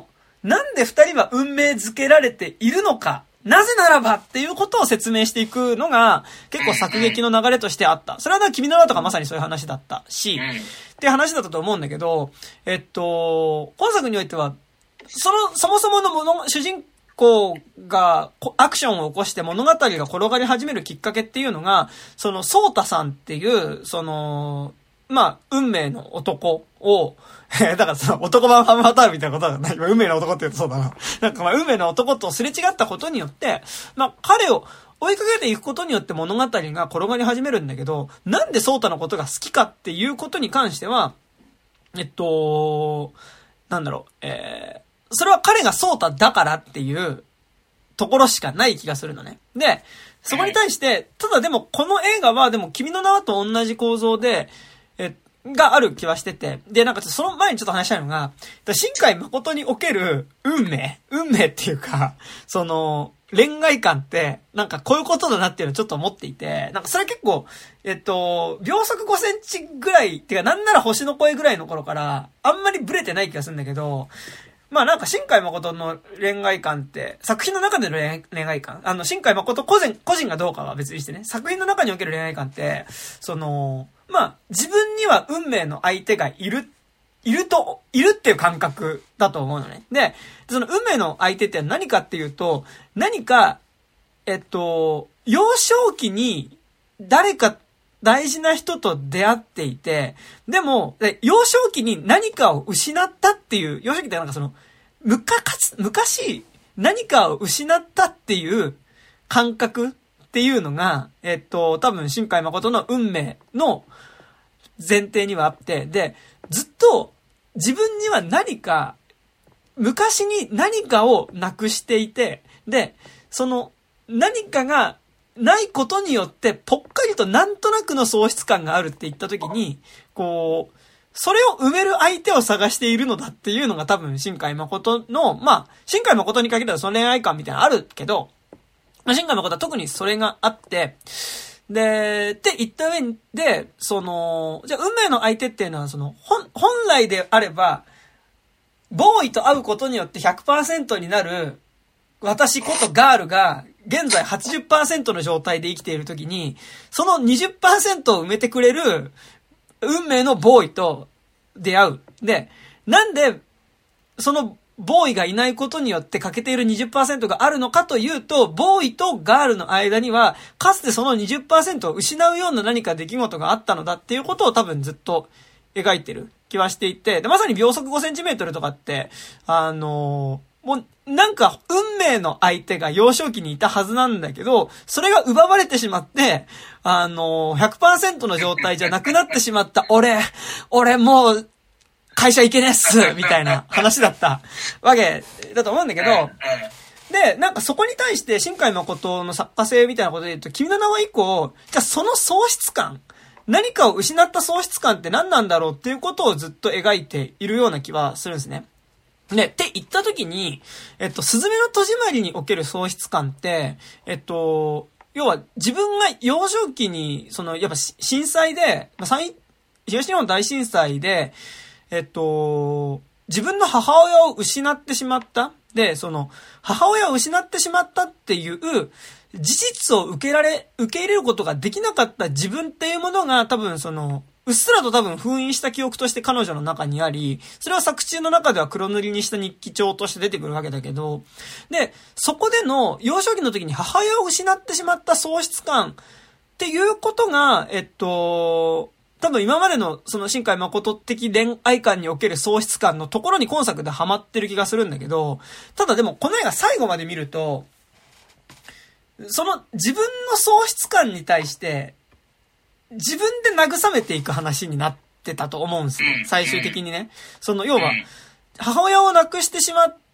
Speaker 1: なんで二人は運命づけられているのか、なぜならばっていうことを説明していくのが結構作劇の流れとしてあった。それは君の名とかまさにそういう話だったし、っていう話だったと思うんだけど、えっと、今作においては、その、そもそものもの、主人公がアクションを起こして物語が転がり始めるきっかけっていうのが、その、ソータさんっていう、その、まあ、運命の男を、だからその男版ファムファタールみたいなことはない。運命の男って言うとそうだな。なんかまあ運命の男とすれ違ったことによって、まあ彼を追いかけていくことによって物語が転がり始めるんだけど、なんでソータのことが好きかっていうことに関しては、えっと、なんだろう、えー、それは彼がソータだからっていうところしかない気がするのね。で、そこに対して、ただでもこの映画はでも君の名はと同じ構造で、えがある気はしてて。で、なんかその前にちょっと話したいのが、新海誠における運命運命っていうか、その、恋愛観って、なんかこういうことだなっていうのをちょっと思っていて、なんかそれは結構、えっと、秒速ごセンチぐらい、っていうかなんなら星の声ぐらいの頃から、あんまりブレてない気がするんだけど、まあなんか新海誠の恋愛観って、作品の中での恋愛観、あの、新海誠個人、個人がどうかは別にしてね、作品の中における恋愛観って、その、まあ、自分には運命の相手がいる、いると、いるっていう感覚だと思うのね。で、その運命の相手って何かっていうと、何か、えっと、幼少期に誰か大事な人と出会っていて、でも、幼少期に何かを失ったっていう、幼少期ってなんかその、昔、昔何かを失ったっていう感覚っていうのが、えっと、多分新海誠の運命の前提にはあって、で、ずっと自分には何か、昔に何かをなくしていて、で、その何かがないことによってぽっかりとなんとなくの喪失感があるって言った時に、こう、それを埋める相手を探しているのだっていうのが多分新海誠の、まあ、新海誠に限ったらその恋愛観みたいなのあるけど、新海誠は特にそれがあって、で、って言った上で、その、じゃあ運命の相手っていうのは、その、本、本来であれば、ボーイと会うことによって ひゃくパーセント になる、私ことガールが、現在 はちじゅっパーセント の状態で生きているときに、その にじゅっパーセント を埋めてくれる、運命のボーイと出会う。で、なんで、その、ボーイがいないことによって欠けている にじゅっパーセント があるのかというと、ボーイとガールの間には、かつてその にじゅっパーセント を失うような何か出来事があったのだっていうことを多分ずっと描いてる気はしていて、で、まさに秒速ごセンチメートルとかって、あのー、もう、なんか、運命の相手が幼少期にいたはずなんだけど、それが奪われてしまって、あのー、ひゃくパーセント の状態じゃなくなってしまった、俺、俺もう、会社行けねっすみたいな話だったわけだと思うんだけど、で、なんかそこに対して新海誠の作家性みたいなことで言うと、君の名は以降、じゃあその喪失感、何かを失った喪失感って何なんだろうっていうことをずっと描いているような気はするんですね。で、って言った時に、えっと、すずめの戸締まりにおける喪失感って、えっと、要は自分が幼少期に、その、やっぱ震災で、東日本大震災で、えっと、自分の母親を失ってしまった。で、その、母親を失ってしまったっていう事実を受けられ、受け入れることができなかった自分っていうものが多分その、うっすらと多分封印した記憶として彼女の中にあり、それは作中の中では黒塗りにした日記帳として出てくるわけだけど、で、そこでの幼少期の時に母親を失ってしまった喪失感っていうことが、えっと、多分今までのその新海誠的恋愛観における喪失感のところに今作でハマってる気がするんだけど、ただでもこの映画最後まで見ると、その自分の喪失感に対して自分で慰めていく話になってたと思うんですよ。最終的にね。その要は母親を亡くしてしまって、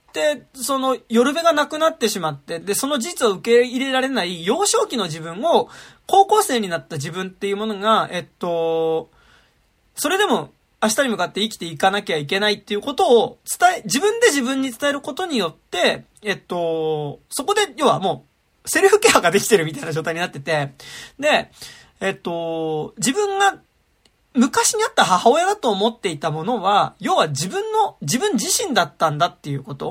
Speaker 1: その夜べがなくなってしまって、でその事実を受け入れられない幼少期の自分を高校生になった自分っていうものが、えっと、それでも明日に向かって生きていかなきゃいけないっていうことを伝え、自分で自分に伝えることによって、えっと、そこで要はもうセルフケアができてるみたいな状態になってて、で、えっと、自分が昔にあった母親だと思っていたものは、要は自分の、自分自身だったんだっていうこと。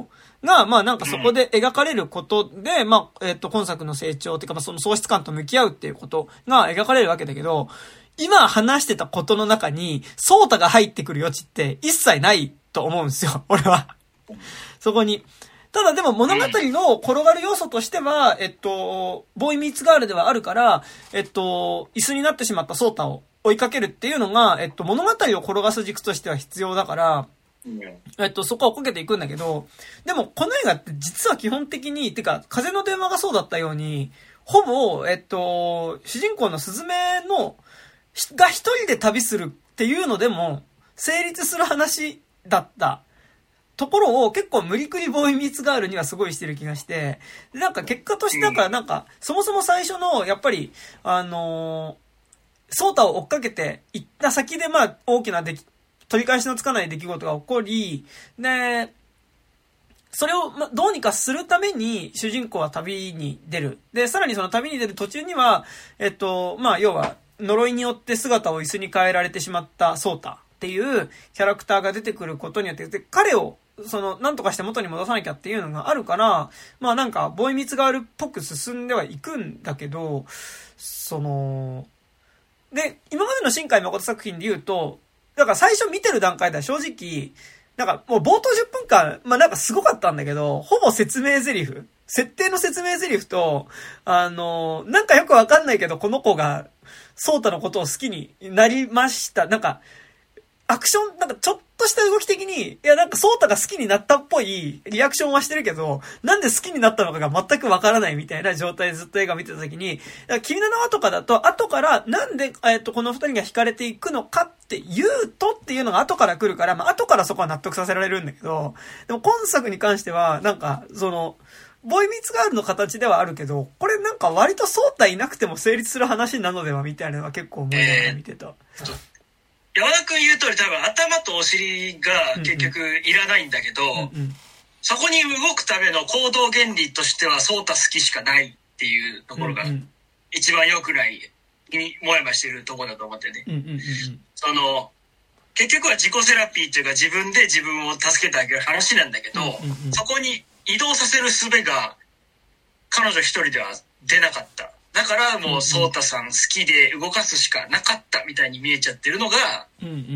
Speaker 1: が、まあなんかそこで描かれることで、まあ、えっと、今作の成長っていうか、まあその喪失感と向き合うっていうことが描かれるわけだけど、今話してたことの中に、ソータが入ってくる余地って一切ないと思うんですよ、俺は。そこに。ただでも物語の転がる要素としては、えっと、ボーイミーツガールではあるから、えっと、椅子になってしまったソータを追いかけるっていうのが、えっと、物語を転がす軸としては必要だから、えっと、そこは追っかけていくんだけど、でもこの映画って実は基本的に、てか、風の電話がそうだったように、ほぼ、えっと、主人公のスズメの、が一人で旅するっていうのでも、成立する話だったところを結構無理くりボーイミーツガールにはすごいしてる気がして、なんか結果としてだからなんか、そもそも最初の、やっぱり、あのー、ソータを追っかけて行った先でまあ、大きな出来、取り返しのつかない出来事が起こり、で、それをどうにかするために主人公は旅に出る。で、さらにその旅に出る途中には、えっと、まあ、要は、呪いによって姿を椅子に変えられてしまったソータっていうキャラクターが出てくることによって、で彼を、その、なんとかして元に戻さなきゃっていうのがあるから、まあなんか、ボーイミーツガールっぽく進んではいくんだけど、その、で、今までの新海誠作品で言うと、だから最初見てる段階では正直、なんかもう冒頭じゅっぷんかん、まあなんかすごかったんだけど、ほぼ説明台詞、設定の説明台詞と、あの、なんかよくわかんないけど、この子が、ソータのことを好きになりました。なんか、アクション、なんかちょっとした動き的に、いやなんかソータが好きになったっぽいリアクションはしてるけど、なんで好きになったのかが全くわからないみたいな状態でずっと映画見てた時に、君の名はとかだと、後からなんで、えっと、この二人が惹かれていくのかって言うとっていうのが後から来るから、まあ後からそこは納得させられるんだけど、でも今作に関しては、なんか、その、ボーイミーツガールの形ではあるけど、これなんか割とソータいなくても成立する話なのではみたいなのは結構思いながら見てた。
Speaker 4: えー山田君言う通り多分頭とお尻が結局いらないんだけど、うんうん、そこに動くための行動原理としてはソータ好きしかないっていうところが一番良くないにもやもやしてるところだと思ってね、うんうんうん、その結局は自己セラピーっていうか自分で自分を助けてあげる話なんだけど、うんうんうん、そこに移動させる術が彼女一人では出なかった。だからもうソータさん好きで動かすしかなかったみたいに見えちゃってるのが、うんうんうん、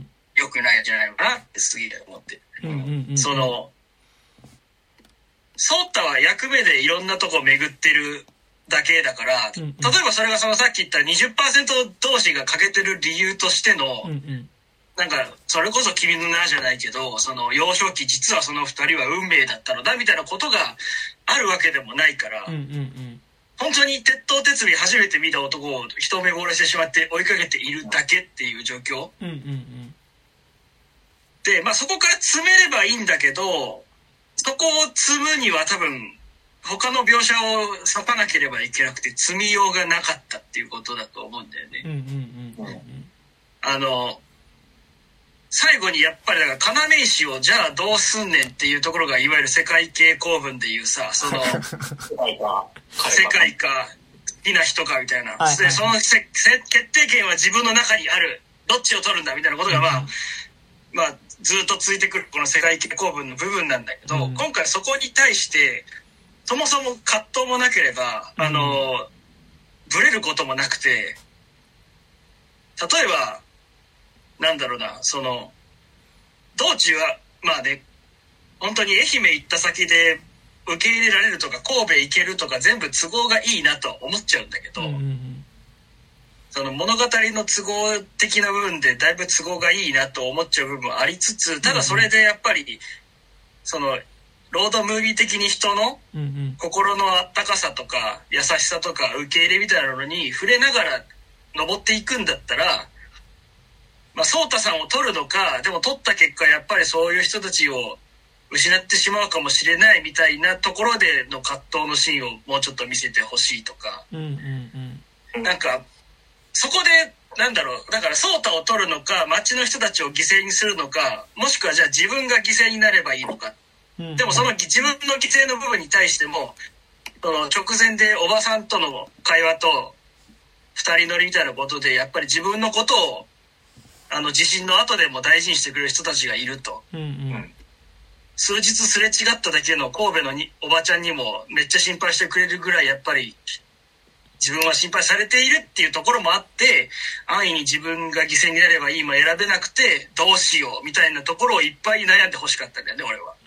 Speaker 4: 良くないんじゃないのかなってすげえ思って、うんうんうん、そのソータは役目でいろんなとこ巡ってるだけだから、うんうん、例えばそれがそのさっき言った にじゅっパーセント 同士が欠けてる理由としての、うんうん、なんかそれこそ君の名じゃないけど、その幼少期実はそのふたりは運命だったのだみたいなことがあるわけでもないから、うんうんうん、本当に鉄頭鉄尾初めて見た男を一目惚れしてしまって追いかけているだけっていう状況、うんうんうん、で、まあそこから詰めればいいんだけど、そこを積むには多分他の描写を割かなければいけなくて積みようがなかったっていうことだと思うんだよね、うんうんうんうん、あの最後にやっぱりだから要石をじゃあどうすんねんっていうところがいわゆる世界系構文でいうさ、その世界か世界か好きな人かみたいな、はいはいはい、でその決定権は自分の中にある、どっちを取るんだみたいなことがまあ、うん、まあずっとついてくるこの世界系構文の部分なんだけど、うん、今回そこに対してそもそも葛藤もなければ、うん、あのブレることもなくて、例えばなんだろうな、その道中はまあね、本当に愛媛行った先で受け入れられるとか神戸行けるとか全部都合がいいなと思っちゃうんだけど、うんうん、その物語の都合的な部分でだいぶ都合がいいなと思っちゃう部分はありつつ、ただそれでやっぱりそのロードムービー的に人の心のあったかさとか優しさとか受け入れみたいなのに触れながら登っていくんだったら、まあ、ソータさんを取るのか、でも取った結果やっぱりそういう人たちを失ってしまうかもしれないみたいなところでの葛藤のシーンをもうちょっと見せてほしいとか、うんうんうん、なんかそこでなんだろう、だからソータを取るのか街の人たちを犠牲にするのか、もしくはじゃあ自分が犠牲になればいいのか、うんうん、でもその自分の犠牲の部分に対してもその直前でおばさんとの会話と二人乗りみたいなことでやっぱり自分のことをあの地震の後でも大事にしてくれる人たちがいると、うんうん、 数日すれ違っただけの神戸のにおばちゃんにもめっちゃ心配してくれるぐらいやっぱり自分は心配されているっていうところもあって、安易に自分が犠牲になればいいも選べなくてどうしようみたいなところをいっぱい悩んでほしかったんだよね、俺は。
Speaker 3: うん。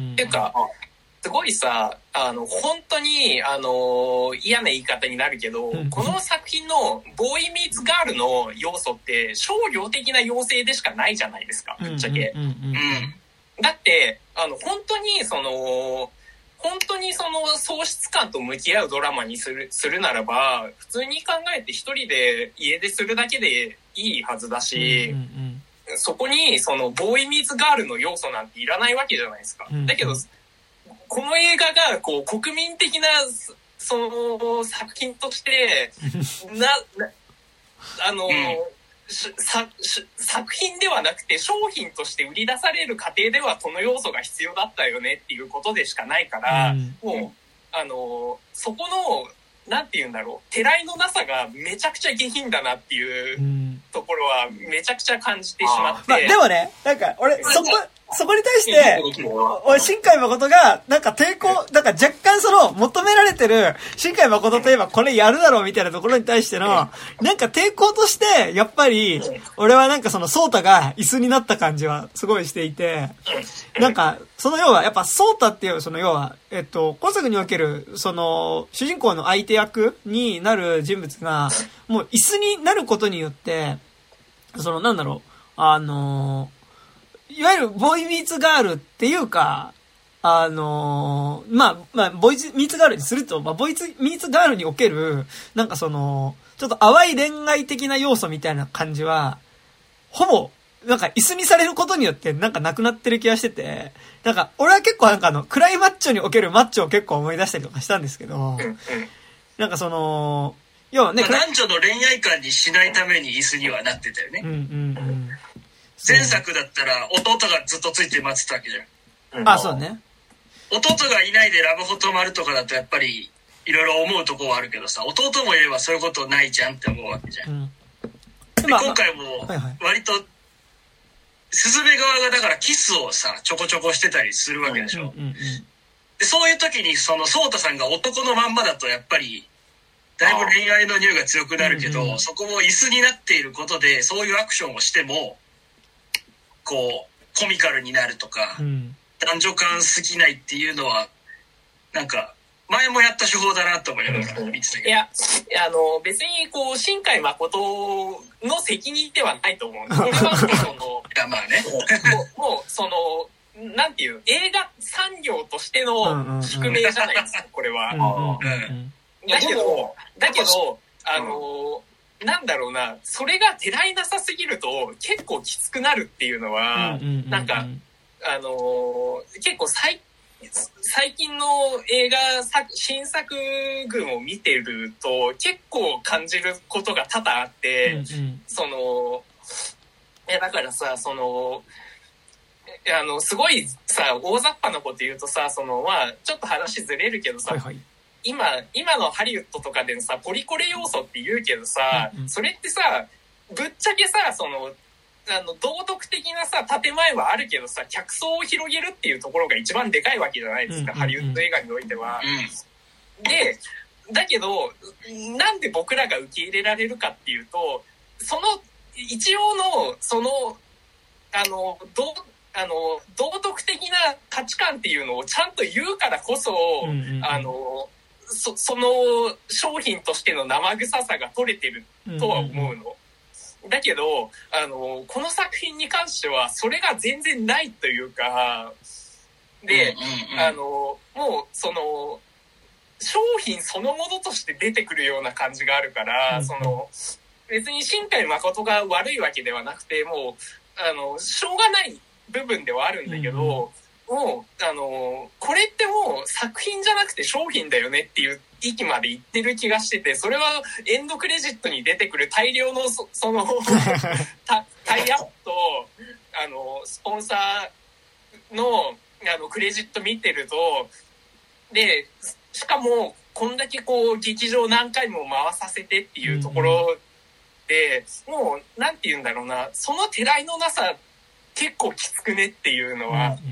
Speaker 3: っていうか、すごいさ、あの、本当に、あの、嫌な言い方になるけど、この作品のボーイミーツガールの要素って商業的な要請でしかないじゃないですか、ぶっちゃけ。うんうんうんうん、だって、あの、本当に、その、本当にその喪失感と向き合うドラマにする、するならば、普通に考えて一人で家でするだけでいいはずだし、うんうんうん、そこにそのボーイミーツガールの要素なんていらないわけじゃないですか。うんうん、だけど、この映画がこう国民的なその作品としてな、なあの、うんさ作品ではなくて商品として売り出される過程ではこの要素が必要だったよねっていうことでしかないから、うん、もうあのそこのなんて言うんだろう、てらいのなさがめちゃくちゃ下品だなっていうところはめちゃくちゃ感じてしまって、
Speaker 1: まあ、でもね、なんか俺そこそこに対して俺新海誠がなんか抵抗、なんか若干その求められてる新海誠といえばこれやるだろうみたいなところに対してのなんか抵抗としてやっぱり俺はなんかそのソータが椅子になった感じはすごいしていて、なんかその要はやっぱソータっていうその要はえっと今作におけるその主人公の相手役になる人物がもう椅子になることによってそのなんだろうあのいわゆるボーイミーツガールっていうか、あのー、まあ、まあ、ボーイミーツガールにすると、まあ、ボーイミーツガールにおける、なんかその、ちょっと淡い恋愛的な要素みたいな感じは、ほぼ、なんか椅子にされることによってなんかなくなってる気がしてて、なんか俺は結構なんかあの、クライマッチョにおけるマッチョを結構思い出したりとかしたんですけど、なんかその、要はね、
Speaker 4: まあ、男女の恋愛観にしないために椅子にはなってたよね。うんうんうん。前作だったら弟がずっとついて待ってたわけじゃん。
Speaker 1: うん、あ、そうね。
Speaker 4: 弟がいないでラブホ泊まるとかだとやっぱりいろいろ思うとこはあるけどさ、弟もいればそういうことないじゃんって思うわけじゃん。うん、で今回も割とスズメ側がだからキスをさちょこちょこしてたりするわけでしょ。うんうんうん、でそういう時にそのソータさんが男のまんまだとやっぱりだいぶ恋愛の匂いが強くなるけど、うんうん、そこも椅子になっていることでそういうアクションをしてもこうコミカルになるとか、うん、男女間過ぎないっていうのはなんか前もやった手法だなと思いながら見てたけど、
Speaker 3: いやあの別にこう新海誠の責任ではないと思う。これはその
Speaker 4: いやまあね
Speaker 3: もう、もうそのなんていう映画産業としての宿命じゃないですか、これは。だけどだけどあのなんだろうな、それがてらいなさすぎると結構きつくなるっていうのは、うんうんうんうん、なんかあのー、結構最最近の映画作新作群を見てると結構感じることが多々あって、うんうん、そのえだからさそのあのすごいさ大雑把なこと言うとさそのまあちょっと話ずれるけどさ。はいはい、今、今のハリウッドとかでのさ、ポリコレ要素って言うけどさ、うんうん、それってさ、ぶっちゃけさ、その、あの、道徳的なさ、建前はあるけどさ、客層を広げるっていうところが一番でかいわけじゃないですか、うんうんうん、ハリウッド映画においては。うん、で、だけど、なんで僕らが受け入れられるかっていうと、その、一応の、その、あの、どう、あの、道徳的な価値観っていうのをちゃんと言うからこそ、うんうんうん、あの、そ, その商品としての生臭さが取れてるとは思うの、うんうんうん、だけどあのこの作品に関してはそれが全然ないというかで、うんうんうん、あのもうその商品そのものとして出てくるような感じがあるから、うん、その別に新海誠が悪いわけではなくてもうあのしょうがない部分ではあるんだけど、うんうんもう、あの、これってもう作品じゃなくて商品だよねっていう域までいってる気がしてて、それはエンドクレジットに出てくる大量のそ、そのタ、タイアップと、あの、スポンサーの、あの、クレジット見てると、で、しかも、こんだけこう、劇場何回も回させてっていうところで、うんうん、もう、なんて言うんだろうな、そのてらいのなさ、結構きつくねっていうのは、うんうん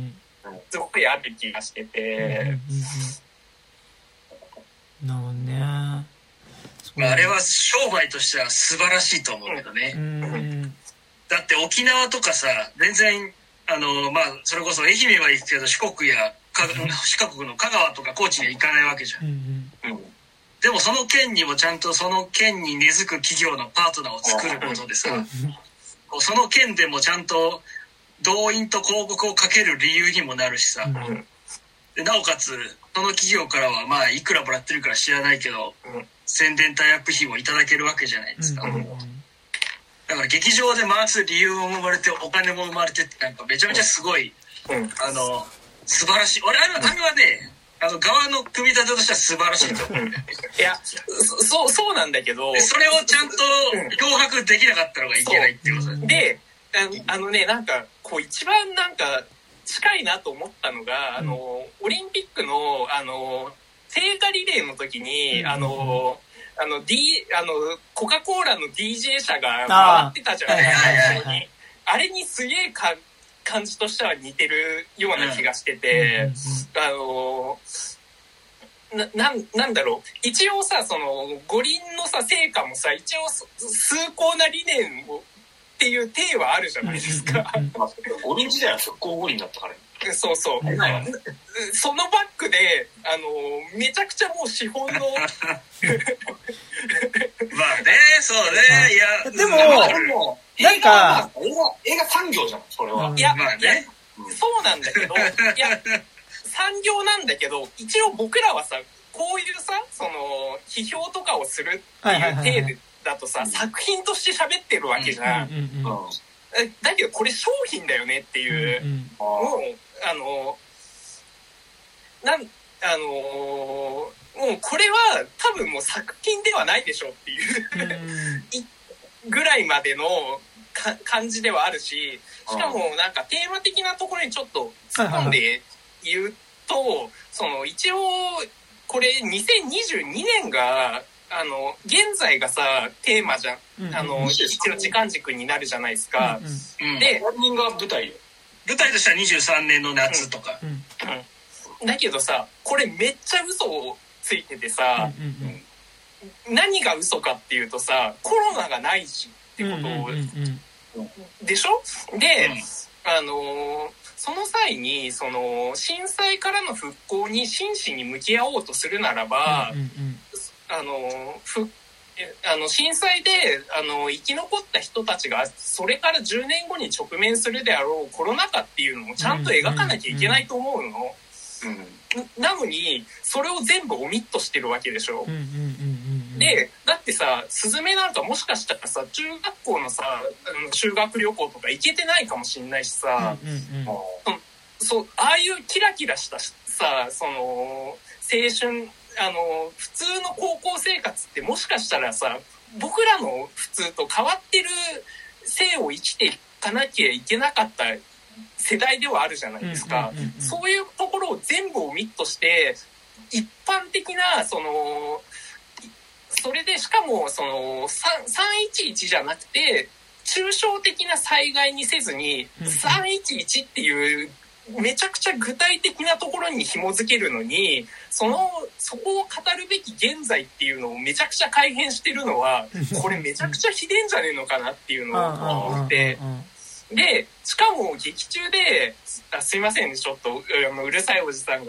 Speaker 3: すごいある気がしてて、
Speaker 1: なるほどね。
Speaker 4: まあ、あれは商売としては素晴らしいと思うけどね。
Speaker 1: うん、
Speaker 4: だって沖縄とかさ、全然あのまあそれこそ愛媛は行くけど四国や四国の香川とか高知には行かないわけじゃん。うんうん、でもその県にもちゃんとその県に根付く企業のパートナーを作ることでさ、その県でもちゃんと動員と広告をかける理由にもなるしさ、でなおかつその企業からはまあいくらもらってるから知らないけど、宣伝タイアップ費もいただけるわけじゃないですか。だから劇場で回す理由も生まれてお金も生まれてってなんかめちゃめちゃすごい、あの素晴らしい。俺あれはね、あの側の組み立てとしては素晴らしいと思う。
Speaker 3: いや、そうそうなんだけど、
Speaker 4: それをちゃんと脅迫できなかったのがいけないっていうこと
Speaker 3: で、あのね、なんかこう一番なんか近いなと思ったのが、あのオリンピックのあの聖火リレーの時に、あのあの D あのコカ・コーラの ディージェー 車が回ってたじゃないですか。あれにすげえか感じとしては似てるような気がしてて、あのな な, なんだろう、一応さ、その五輪のさ成果もさ、一応崇高な理念をっていう体はあるじゃないですか。
Speaker 2: 五輪時代は復興五輪だったからね。
Speaker 3: そうそう。そのバックで、あのめちゃくちゃもう資本のまあね、
Speaker 4: そうね。いや、
Speaker 1: でも、
Speaker 2: でも
Speaker 1: なんか
Speaker 2: 映画映画産業じゃん、それは。
Speaker 3: いや、
Speaker 4: まあね、
Speaker 3: そうなんだけど、いや産業なんだけど、一応僕らはさ、こういうさ、その批評とかをするっていう体でだとさ、作品として喋ってるわけじゃん。うんうんうん、だけどこれ商品だよねっていう、うんうん、もうあのなんあのもうこれは多分もう作品ではないでしょっていうぐらいまでのか感じではあるし、しかもなんかテーマ的なところにちょっと突っ込んで言うと、その一応これにせんにじゅうにねんがあの現在がさテーマじゃん、うん、あの一応時間軸になるじゃないですか、うんうん、で
Speaker 2: 本人が舞台
Speaker 4: 舞台としてはにじゅうさんねんの夏とか、うんうん
Speaker 3: うん、だけどさこれめっちゃ嘘をついててさ、うんうんうん、何が嘘かっていうとさコロナがないしってことを、うんうんうんうん、でしょで、うん、あのその際にその震災からの復興に真摯に向き合おうとするならば、うんうんうん、あのふあの震災であの生き残った人たちがそれからじゅうねんごに直面するであろうコロナ禍っていうのもちゃんと描かなきゃいけないと思うの、うんうん、なのにそれを全部オミットしてるわけでしょ、うんうんうんうん、でだってさスズメなんかもしかしたらさ中学校のさ修学旅行とか行けてないかもしんないしさ、うんうんうん、そうああいうキラキラしたさその青春あの普通の高校生活ってもしかしたらさ僕らの普通と変わってる生を生きていかなきゃいけなかった世代ではあるじゃないですか、うんうんうんうん、そういうところを全部オミットして一般的なそのそれでしかもそのさんいちいちじゃなくて抽象的な災害にせずにさんいちいちっていうめちゃくちゃ具体的なところに紐づけるのにそのそこを語るべき現在っていうのをめちゃくちゃ改変してるのはこれめちゃくちゃひでんじゃねえのかなっていうのを思ってでしかも劇中であすいませんねちょっとうるさいおじさんが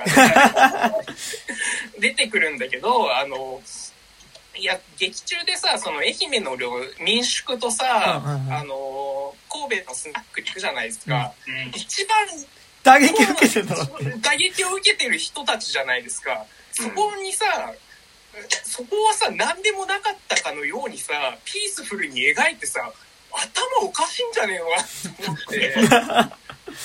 Speaker 3: 出てくるんだけどあのいや劇中でさその愛媛の民宿とさあの神戸のスナック行くじゃないですか、うん、一番
Speaker 1: 打撃を受けてるだろって
Speaker 3: 打撃を受けてる人たちじゃないですか。そこにさ、うん、そこはさ何でもなかったかのようにさピースフルに描いてさ頭おかしいんじゃねえのかと思ってまあ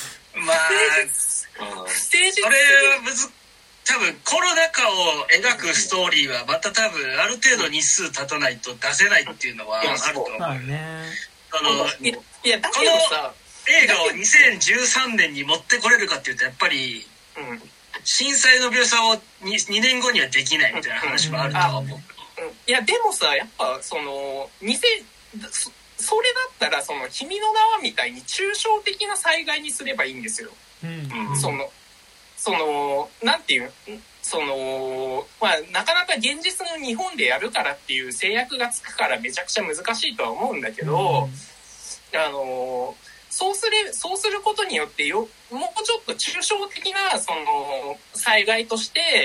Speaker 4: ステージそれはむず多分コロナ禍を描くストーリーはまた多分ある程度日数経たないと出せないっていうのはあると思う。
Speaker 1: まあね、
Speaker 3: あのいやだけどさ
Speaker 4: 映画をにせんじゅうさんねんに持ってこれるかっていうとやっぱり、うん、震災の描写を 2, にねんごにはできないみたいな話もあるとは思う、うんうん、
Speaker 3: いやでもさやっぱそのにせん そ, それだったらその君の名はみたいに抽象的な災害にすればいいんですよ、うんうん、そのその、なんていう、その、まあ、なかなか現実の日本でやるからっていう制約がつくからめちゃくちゃ難しいとは思うんだけど、うん、あの、そうする、そうすることによってよ、もうちょっと抽象的な、その、災害として、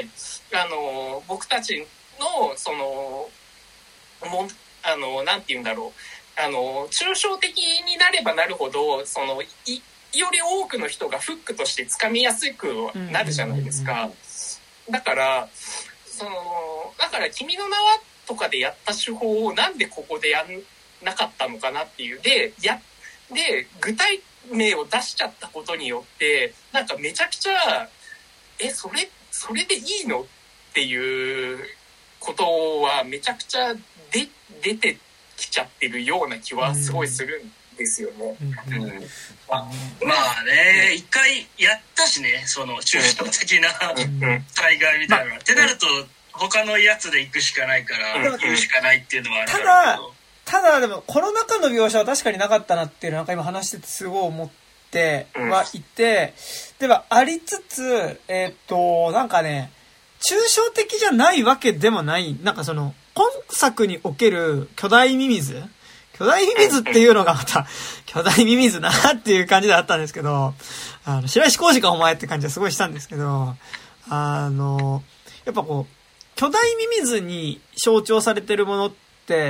Speaker 3: あの、僕たちの、その、も、あの、なんて言うんだろう、あの、抽象的になればなるほど、その、い、より多くの人がフックとしてつかみやすくなるじゃないですか。だから、その、だから君の名はとかでやった手法をなんでここでやんなかったのかなっていう。で、や、で、具体名を出しちゃったことによって、なんかめちゃくちゃ、え、それ、それでいいのっていうことはめちゃくちゃで出てきちゃってるような気はすごいするんですよね。うんうんうん、
Speaker 4: まあ、まあね、一回やったしね、その抽象的な災害みたいなのが。ってなると、他のやつで行くしかないから、言うしかないっていうのはあるからけど。
Speaker 1: ただ、ただでも、コロナ禍の描写は確かになかったなっていうのは、なんか今話しててすごい思ってはいて、ではありつつ、えー、っと、なんかね、抽象的じゃないわけでもない、なんかその、今作における巨大ミミズ巨大ミミズっていうのがまた、巨大ミミズなっていう感じであったんですけど、あの、白石浩二かお前って感じはすごいしたんですけど、あの、やっぱこう、巨大ミミズに象徴されてるものって、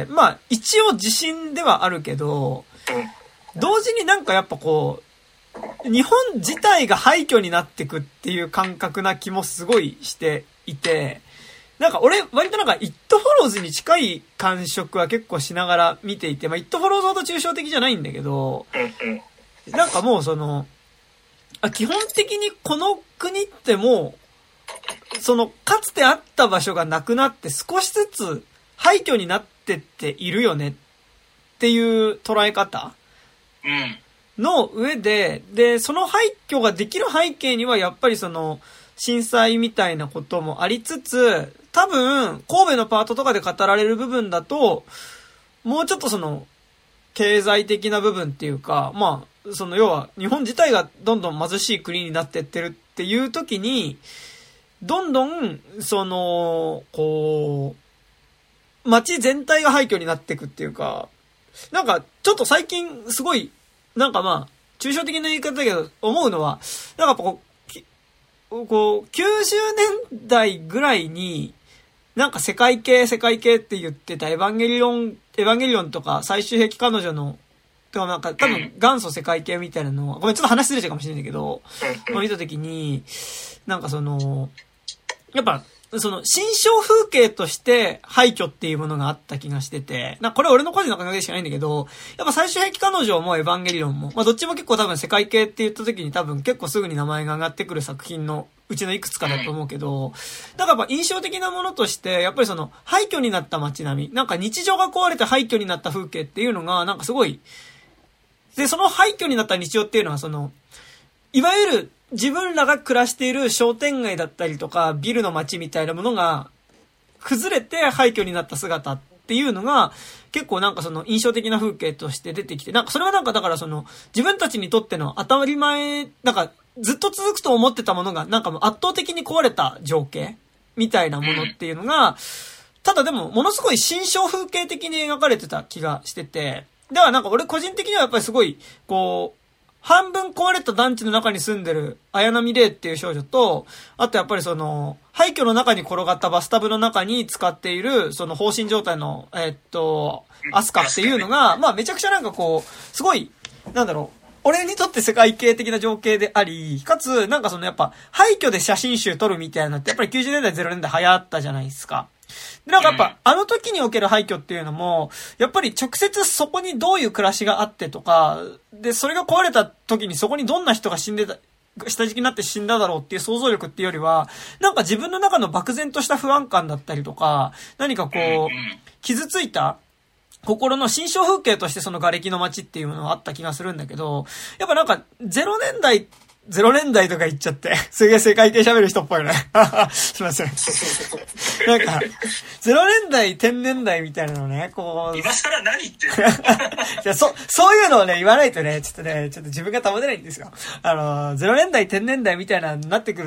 Speaker 1: まあ、一応自信ではあるけど、同時になんかやっぱこう、日本自体が廃墟になってくっていう感覚な気もすごいしていて、なんか俺、割となんか、イットフォローズに近い感触は結構しながら見ていて、まあ、イットフォローズほど抽象的じゃないんだけど、なんかもうその、あ、基本的にこの国ってもう、その、かつてあった場所がなくなって少しずつ廃墟になってっているよねっていう捉え方の上で、で、その廃墟ができる背景にはやっぱりその、震災みたいなこともありつつ、多分、神戸のパートとかで語られる部分だと、もうちょっとその、経済的な部分っていうか、まあ、その要は、日本自体がどんどん貧しい国になってってるっていう時に、どんどん、その、こう、街全体が廃墟になっていくっていうか、なんか、ちょっと最近、すごい、なんかまあ、抽象的な言い方だけど、思うのは、なんかこう、こう、きゅうじゅうねんだいぐらいに、なんか世界系、世界系って言ってたエヴァンゲリオン、エヴァンゲリオンとか最終兵器彼女の、てかなんか多分元祖世界系みたいなのは、ごめんちょっと話ずれちゃうかもしれないけど、見たときに、なんかその、やっぱ、その、新象風景として廃墟っていうものがあった気がしてて、な、これ俺の個人の考えでしかないんだけど、やっぱ最終兵器彼女もエヴァンゲリオンも、まあどっちも結構多分世界系って言った時に多分結構すぐに名前が上がってくる作品のうちのいくつかだと思うけど、だからやっぱ印象的なものとして、やっぱりその廃墟になった街並み、なんか日常が壊れて廃墟になった風景っていうのが、なんかすごい、で、その廃墟になった日常っていうのはその、いわゆる自分らが暮らしている商店街だったりとか、ビルの街みたいなものが崩れて廃墟になった姿っていうのが、結構なんかその印象的な風景として出てきて、なんかそれはなんかだからその、自分たちにとっての当たり前、なんかずっと続くと思ってたものが、なんかもう圧倒的に壊れた情景みたいなものっていうのが、ただでもものすごい新象風景的に描かれてた気がしてて、ではなんか俺個人的にはやっぱりすごい、こう、半分壊れた団地の中に住んでる綾波レイっていう少女と、あとやっぱりその、廃墟の中に転がったバスタブの中に使っている、その放心状態の、えー、っと、アスカっていうのが、まあめちゃくちゃなんかこう、すごい、なんだろう、俺にとって世界系的な情景であり、かつ、なんかそのやっぱ、廃墟で写真集撮るみたいなのって、やっぱりきゅうじゅうねんだい、ゼロねんだい流行ったじゃないですか。で、なんかやっぱ、あの時における廃墟っていうのも、やっぱり直接そこにどういう暮らしがあってとか、で、それが壊れた時にそこにどんな人が死んでた、下敷きになって死んだだろうっていう想像力っていうよりは、なんか自分の中の漠然とした不安感だったりとか、何かこう、傷ついた心の新象風景としてその瓦礫の街っていうものがあった気がするんだけど、やっぱなんかゼロねんだい、ゼロねんだいとか言っちゃって、すげえ世界系喋る人っぽいね。すいません。なんか、ゼロねんだい、天年代みたいなのね、こう。
Speaker 4: 今更何言ってんの
Speaker 1: じゃそ、そういうのをね、言わないとね、ちょっとね、ちょっと自分が保てないんですよ。あの、ゼロねんだい、天年代みたいなになってくる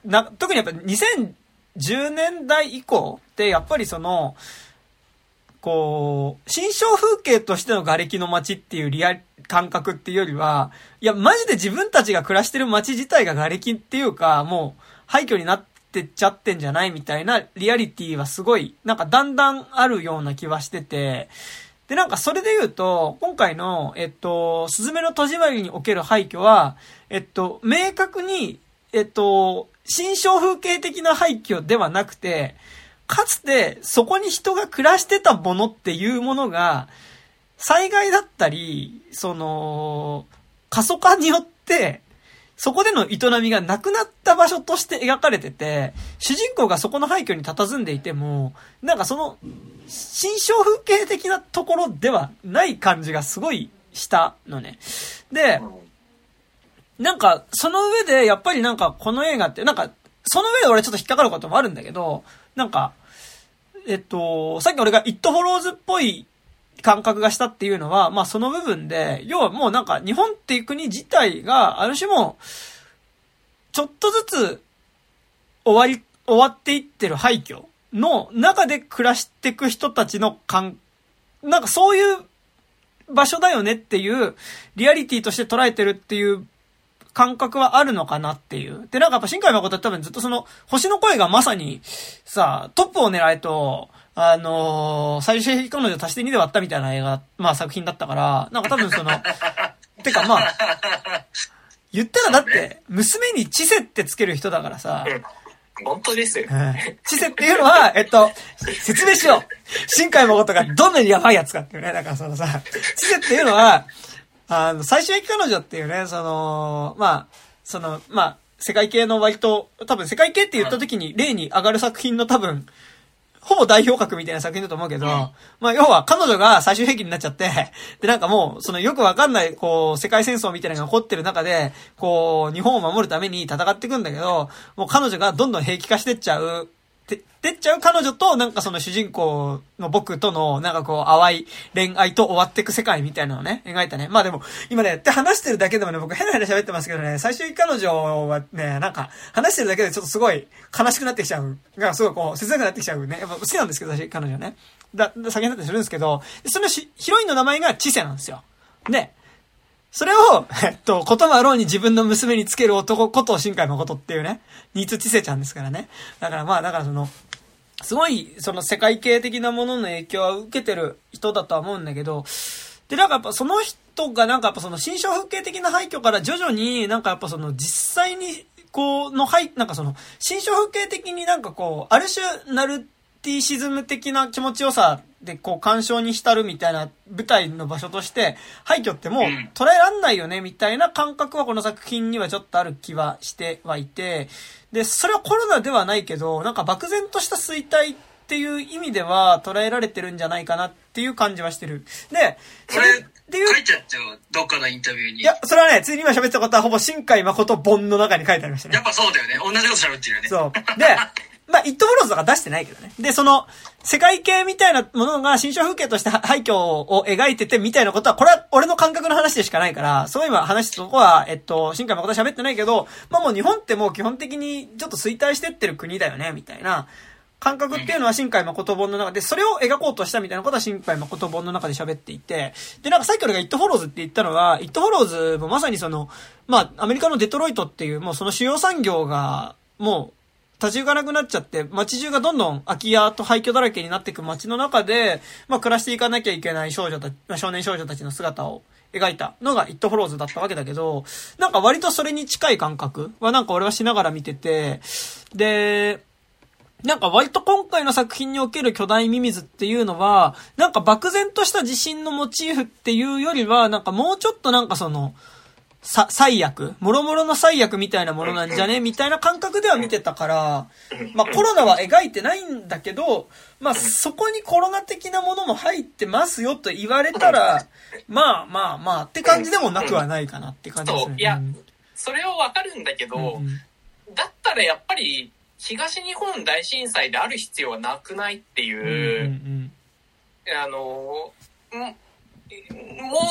Speaker 1: な、特にやっぱにせんじゅうねんだい以降ってやっぱりその、こう、新象風景としての瓦礫の街っていうリアル感覚っていうよりは、いや、マジで自分たちが暮らしてる街自体が瓦礫っていうか、もう廃墟になってっちゃってんじゃないみたいなリアリティはすごい、なんかだんだんあるような気はしてて、で、なんかそれで言うと、今回の、えっと、すずめの戸締まりにおける廃墟は、えっと、明確に、えっと、新象風景的な廃墟ではなくて、かつてそこに人が暮らしてたものっていうものが、災害だったり、その、過疎化によって、そこでの営みがなくなった場所として描かれてて、主人公がそこの廃墟に佇んでいても、なんかその、新象風景的なところではない感じがすごいしたのね。で、なんか、その上で、やっぱりなんかこの映画って、なんか、その上で俺ちょっと引っかかることもあるんだけど、なんか、えっと、さっき俺が It Follows っぽい感覚がしたっていうのは、まあその部分で、要はもうなんか日本っていう国自体が、ある種も、ちょっとずつ終わり、終わっていってる廃墟の中で暮らしていく人たちの感、なんかそういう場所だよねっていう、リアリティとして捉えてるっていう感覚はあるのかなっていう。で、なんかやっぱ新海誠って多分ずっとその、星の声がまさに、さ、トップを狙えと、あのー、最終的彼女足してにで割ったみたいな映画、まあ作品だったから、なんか多分その、てかまあ、言ったらだって、娘に知世ってつける人だからさ、
Speaker 3: 本当ですよ。
Speaker 1: 知世っていうのは、えっと、説明しよう。新海誠がどんなにやばいやつかっていうね。だからそのさ、知世っていうのは、あの、最終的彼女っていうね、その、まあ、その、まあ、世界系の割と、多分世界系って言った時に例に上がる作品の多分、ほぼ代表格みたいな作品だと思うけど、うん、まあ要は彼女が最終兵器になっちゃって、でなんかもう、そのよくわかんない、こう、世界戦争みたいなのが起こってる中で、こう、日本を守るために戦っていくんだけど、もう彼女がどんどん兵器化してっちゃう、て、てっちゃう彼女と、なんかその主人公の僕との、なんかこう、淡い恋愛と終わっていく世界みたいなのをね、描いたね。まあでも、今ね、って話してるだけでもね、僕変な話喋ってますけどね、最終彼女はね、なんか、話してるだけでちょっとすごい悲しくなってきちゃう。が、すごいこう、切なくなってきちゃうね。やっぱ好きなんですけど、私、彼女ね。だ、先になったりするんですけど、そのヒロインの名前が知世なんですよ。で、それを、えっと、こともあろうに自分の娘につける男こと新海誠っていうね、新津知世ちゃんですからね。だからまあ、だからその、すごい、その世界系的なものの影響は受けてる人だとは思うんだけど、で、なんかやっぱその人がなんかやっぱその新象風景的な廃墟から徐々になんかやっぱその実際にこうの廃、なんかその新象風景的になんかこう、ある種ナルティシズム的な気持ちよさでこう鑑賞に浸るみたいな舞台の場所として廃墟ってもう捉えらんないよねみたいな感覚はこの作品にはちょっとある気はしてはいて、でそれはコロナではないけどなんか漠然とした衰退っていう意味では捉えられてるんじゃないかなっていう感じはしてる。で
Speaker 4: それっていう書いちゃったよ、どっかのインタビューに。
Speaker 1: いやそれはね、ついに今喋ったことはほぼ新海誠本の中に書いてありましたね。
Speaker 4: やっぱそうだよね、同じこと喋ってるよね。
Speaker 1: そうでまあ、イットフォローズとか出してないけどね。で、その、世界系みたいなものが新象風景として廃墟を描いててみたいなことは、これは俺の感覚の話でしかないから、そういう今話したとこは、えっと、新海誠は喋ってないけど、まあもう日本ってもう基本的にちょっと衰退してってる国だよね、みたいな感覚っていうのは新海誠本の中で、それを描こうとしたみたいなことは新海誠本の中で喋っていて、で、なんかさっき俺がイットフォローズって言ったのは、イットフォローズもまさにその、まあ、アメリカのデトロイトっていう、もうその主要産業が、もう、立ち行かなくなっちゃって、街中がどんどん空き家と廃墟だらけになっていく街の中で、まあ暮らしていかなきゃいけない少女たち、少年少女たちの姿を描いたのがイットフォローズだったわけだけど、なんか割とそれに近い感覚はなんか俺はしながら見てて、で、なんか割と今回の作品における巨大ミミズっていうのは、なんか漠然とした地震のモチーフっていうよりは、なんかもうちょっとなんかその、さ、最悪もろもろの最悪みたいなものなんじゃねみたいな感覚では見てたから、まあコロナは描いてないんだけど、まあそこにコロナ的なものも入ってますよと言われたら、まあまあまあって感じでもなくはないかなって感じですね。
Speaker 3: そう、いや、それはわかるんだけど、うんうん、だったらやっぱり東日本大震災である必要はなくないっていう、うんうんうん、あの、もう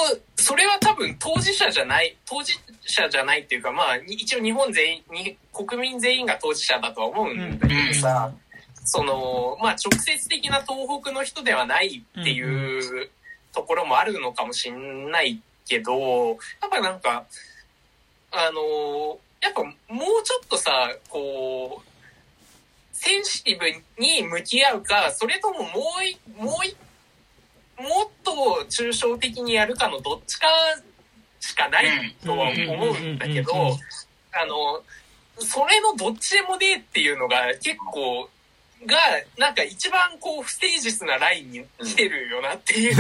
Speaker 3: それは多分当事者じゃない、当事者じゃないっていうか、まあ、一応日本全員に、国民全員が当事者だとは思うんだけどさ、うん、その、まあ、直接的な東北の人ではないっていうところもあるのかもしんないけど、やっぱなんか、あの、やっぱもうちょっとさ、こう、センシティブに向き合うか、それとももうい、もうい、もっと抽象的にやるかのどっちかしかないとは思うんだけど、あの、それのどっちでもねえっていうのが結構、が、なんか一番こう不誠実なラインに来てるよなっていう。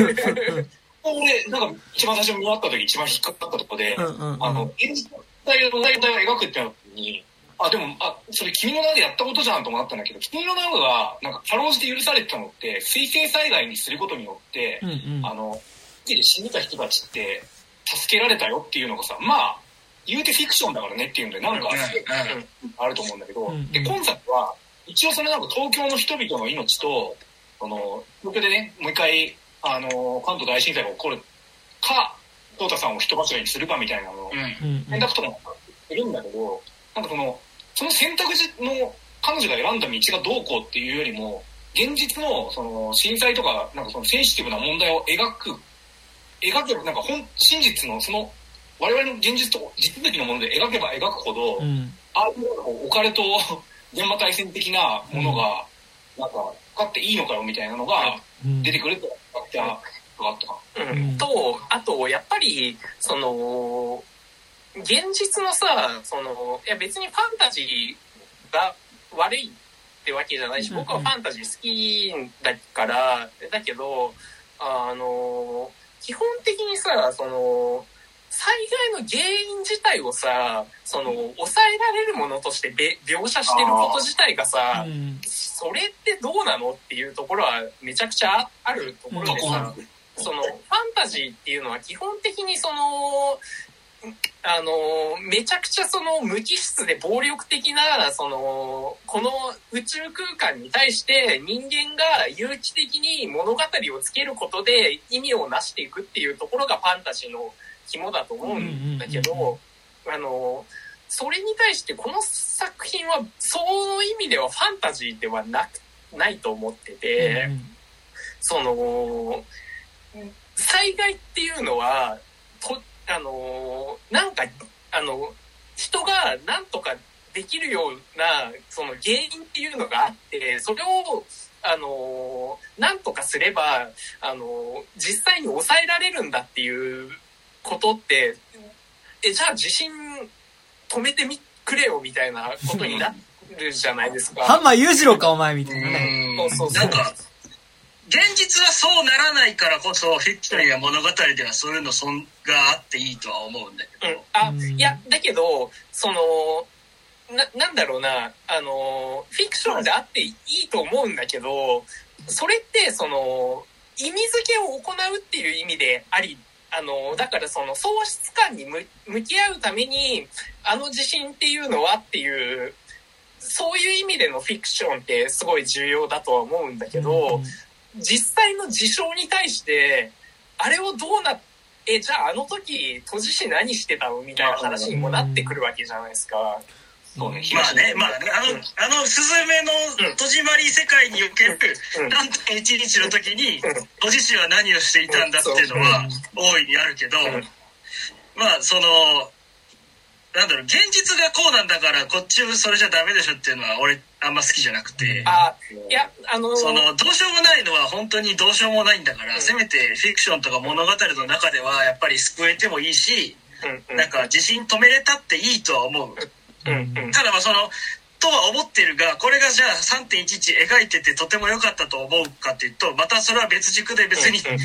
Speaker 2: 俺、なんか一番最初に見終わった時一番引っかかったところで、あの、現実体の題材を描くってなった時に、あ、でも、あ、それ君の名でやったことじゃんと思ったんだけど、君の名が、なんか、かろうじて許されてたのって、水生災害にすることによって、うんうん、あの、で死んでた人たちって、助けられたよっていうのがさ、まあ、言うてフィクションだからねっていうんで、なんか、あると思うんだけど、うんうん、で、今作は、一応そのなんか東京の人々の命と、その、東京でね、もう一回、あの、関東大震災が起こるか、トータさんを人柱にするかみたいなのを、選択とかもいるんだけど、なんかその、その選択肢の彼女が選んだ道がどうこうっていうよりも、現実のその震災とか、なんかそのセンシティブな問題を描く、描けば、なんか本、真実のその、我々の現実と地続きのもので描けば描くほど、うん、ああいうオカルト、現場対戦的なものが、なんか、かっていいのかよみたいなのが出てくるってあったがあったか。
Speaker 3: うん。と、あと、やっぱり、その、現実のさ、その、いや別にファンタジーが悪いってわけじゃないし、僕はファンタジー好きだから、だけど、あの、基本的にさ、その、災害の原因自体をさ、その、抑えられるものとして描写してること自体がさ、それってどうなのっていうところはめちゃくちゃあるところでさ、その、ファンタジーっていうのは基本的にその、あの、めちゃくちゃその無機質で暴力的な、その、この宇宙空間に対して人間が有機的に物語をつけることで意味をなしていくっていうところがファンタジーの肝だと思うんだけど、あの、それに対してこの作品はそういう意味ではファンタジーではなく、ないと思ってて、その、災害っていうのは、とあのなんかあの人がなんとかできるようなその原因っていうのがあって、それをあのなんとかすればあの実際に抑えられるんだっていうことって、えじゃあ地震止めてみくれよみたいなことになるじゃないですか。
Speaker 1: ハンマー裕次郎かお前みたいなね。
Speaker 4: そうそうそう。なんか現実はそうならないからこそフィクションや物語ではそういうのそんがあっていいとは思うんだけど、うん、
Speaker 3: あいやだけどその な, なんだろうなあのフィクションであっていいと思うんだけど、それってその意味付けを行うっていう意味であり、あのだからその喪失感に向き合うためにあの地震っていうのはっていうそういう意味でのフィクションってすごい重要だとは思うんだけど、うん実際の事象に対してあれをどうなえじゃああの時都知事何してたのみたいな話にもなってくるわけじゃないですか。
Speaker 4: そうね、まあね、まあね、あの、うん、あのスズメの戸締まり世界における何点いちにちの時に都知事は何をしていたんだっていうのは大いにあるけど、まあそのなんだろう現実がこうなんだからこっちそれじゃダメでしょっていうのは俺あんま好きじゃなくて、
Speaker 3: あいやあのー、
Speaker 4: そのどうしようもないのは本当にどうしようもないんだから、うん、せめてフィクションとか物語の中ではやっぱり救えてもいいし、うんうん、なんか地震止めれたっていいとは思う、うんうん、ただまあそのとは思ってるがこれがじゃあ さんてんいちいち 描いててとても良かったと思うかっていうとまたそれは別軸で別に、うんうん、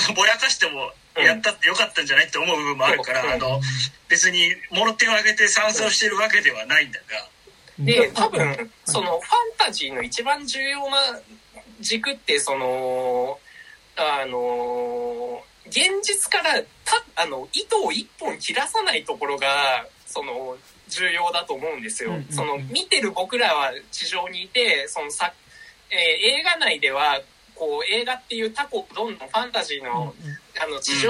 Speaker 4: ぼやかしてもやったって良かったんじゃないって思う部分もあるから、うん、あの別にもろ手を挙げて賛成してるわけではないんだが、
Speaker 3: で多分そのファンタジーの一番重要な軸ってそのあの現実からたあの糸を一本切らさないところがその重要だと思うんですよ、うんうんうん、その見てる僕らは地上にいてそのさ、えー、映画内ではこう映画っていうタコどんどんファンタジーの、うんうん、あの地上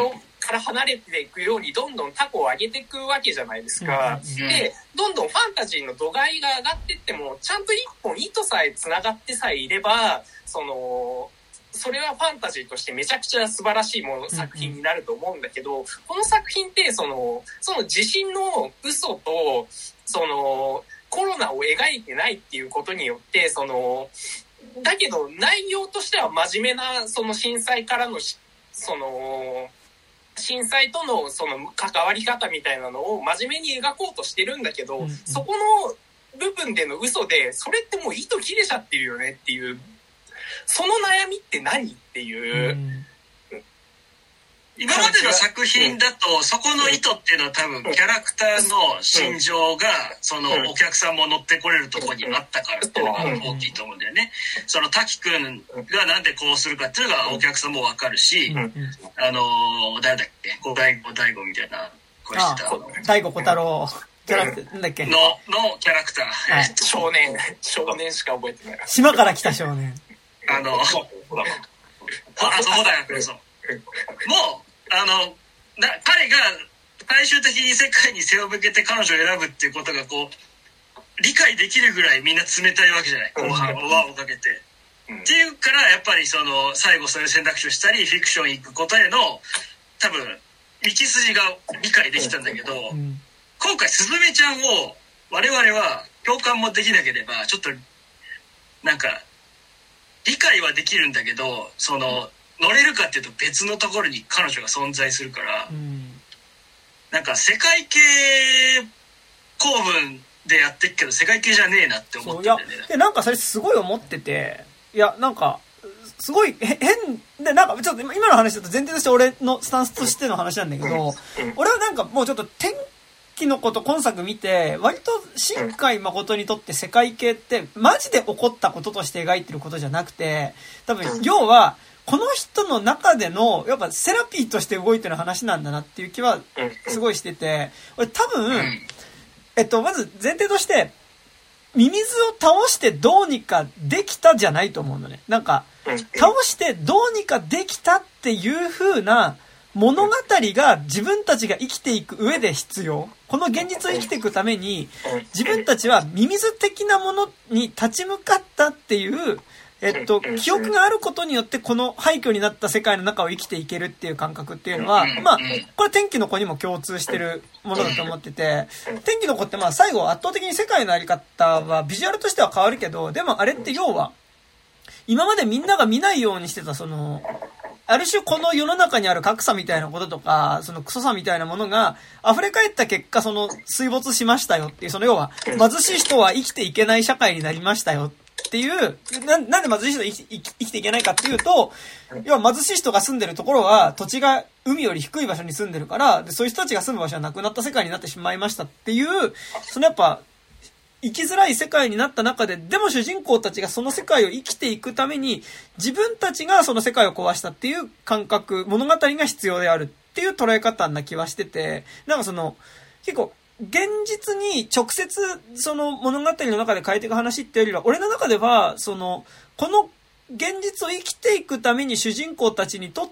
Speaker 3: から離れていくようにどんどんタコを上げていくわけじゃないですか、うん、でどんどんファンタジーの度合いが上がってってもちゃんと一本糸さえつながってさえいればそのそれはファンタジーとしてめちゃくちゃ素晴らしいもの作品になると思うんだけど、この作品ってそのその自信の嘘とそのコロナを描いてないっていうことによってそのだけど内容としては真面目なその震災からのその震災とのその関わり方みたいなのを真面目に描こうとしてるんだけど、そこの部分での嘘でそれってもう糸切れちゃってるよねっていうその悩みって何っていう、うん、
Speaker 4: 今までの作品だと、うん、そこの意図っていうのは多分キャラクターの心情が、うん、そのお客さんも乗ってこれるところにあったからっていうのが大きいと思うんだよね。その滝くんがなんでこうするかっていうのがお客さんもわかるし、うん、あの誰だっけ五大五大悟みたいな声してた
Speaker 1: 大悟小太郎キャラクターなんだっけ
Speaker 4: ののキャラクター、
Speaker 3: はい、少年少年しか覚えてない。
Speaker 1: 島から来た少年。
Speaker 4: あの、あ、そうだよ、そう。もう、あの、な彼が最終的に世界に背を向けて彼女を選ぶっていうことがこう、理解できるぐらいみんな冷たいわけじゃない。後半、輪をかけて。うん、っていうから、やっぱりその、最後そういう選択肢をしたり、フィクション行くことへの、多分、道筋が理解できたんだけど、うん、今回、すずめちゃんを我々は共感もできなければ、ちょっと、なんか、理解はできるんだけどその乗れるかっていうと別のところに彼女が存在するから、うん、なんか世界系構文でやってっけど世界系じゃねえなって思ってんだよね。
Speaker 1: いやでなんかそれすごい思ってていやなんかすごい変でなんかちょっと今の話だと前提として俺のスタンスとしての話なんだけど、うん、俺はなんかもうちょっと天気のこと今作見て割と新海誠にとって世界系ってマジで起こったこととして描いてることじゃなくて多分要はこの人の中でのやっぱセラピーとして動いてる話なんだなっていう気はすごいしてて俺多分えっとまず前提としてミミズを倒してどうにかできたじゃないと思うのね。なんか倒してどうにかできたっていう風な物語が自分たちが生きていく上で必要。この現実を生きていくために自分たちはミミズ的なものに立ち向かったっていう、えっと、記憶があることによってこの廃墟になった世界の中を生きていけるっていう感覚っていうのは、まあ、これ天気の子にも共通してるものだと思ってて、天気の子ってまあ最後圧倒的に世界のあり方はビジュアルとしては変わるけど、でもあれって要は今までみんなが見ないようにしてたその、ある種この世の中にある格差みたいなこととか、そのクソさみたいなものが溢れ返った結果、その水没しましたよっていう、その要は貧しい人は生きていけない社会になりましたよっていう、な, なんで貧しい人は生き, 生, き生きていけないかっていうと、要は貧しい人が住んでるところは土地が海より低い場所に住んでるから、でそういう人たちが住む場所はなくなった世界になってしまいましたっていう、そのやっぱ、生きづらい世界になった中で、でも主人公たちがその世界を生きていくために、自分たちがその世界を壊したっていう感覚、物語が必要であるっていう捉え方な気はしてて、なんかその、結構、現実に直接その物語の中で変えていく話っていうよりは、俺の中では、その、この現実を生きていくために主人公たちにとって、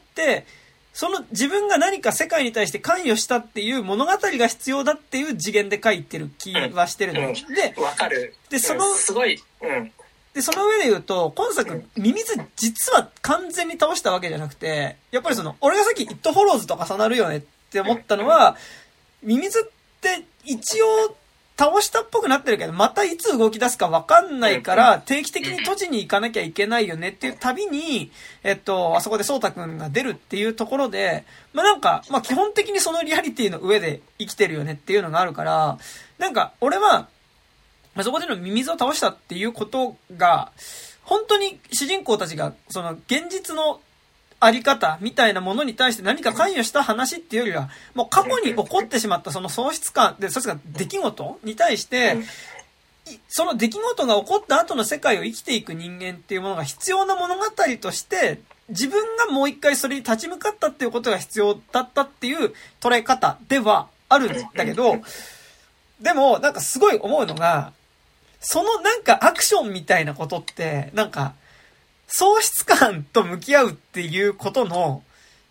Speaker 1: その自分が何か世界に対して関与したっていう物語が必要だっていう次元で書いてる気はしてるの、うん、で、
Speaker 3: わかる。
Speaker 1: で、その、
Speaker 3: すごい、うん。
Speaker 1: で、その上で言うと、今作、ミミズ実は完全に倒したわけじゃなくて、やっぱりその、俺がさっきイットフォローズと重なるよねって思ったのは、ミミズって一応、倒したっぽくなってるけど、またいつ動き出すか分かんないから、定期的に土地に行かなきゃいけないよねっていうたびに、えっと、あそこでソータくんが出るっていうところで、まあなんか、まあ基本的にそのリアリティの上で生きてるよねっていうのがあるから、なんか俺は、まあ、そこでのミミズを倒したっていうことが、本当に主人公たちが、その現実のあり方みたいなものに対して何か関与した話っていうよりは、もう過去に起こってしまったその喪失感で、そして出来事に対して、その出来事が起こった後の世界を生きていく人間っていうものが必要な物語として、自分がもう一回それに立ち向かったっていうことが必要だったっていう捉え方ではあるんだけど、でもなんかすごい思うのが、そのなんかアクションみたいなことって、なんか、喪失感と向き合うっていうことの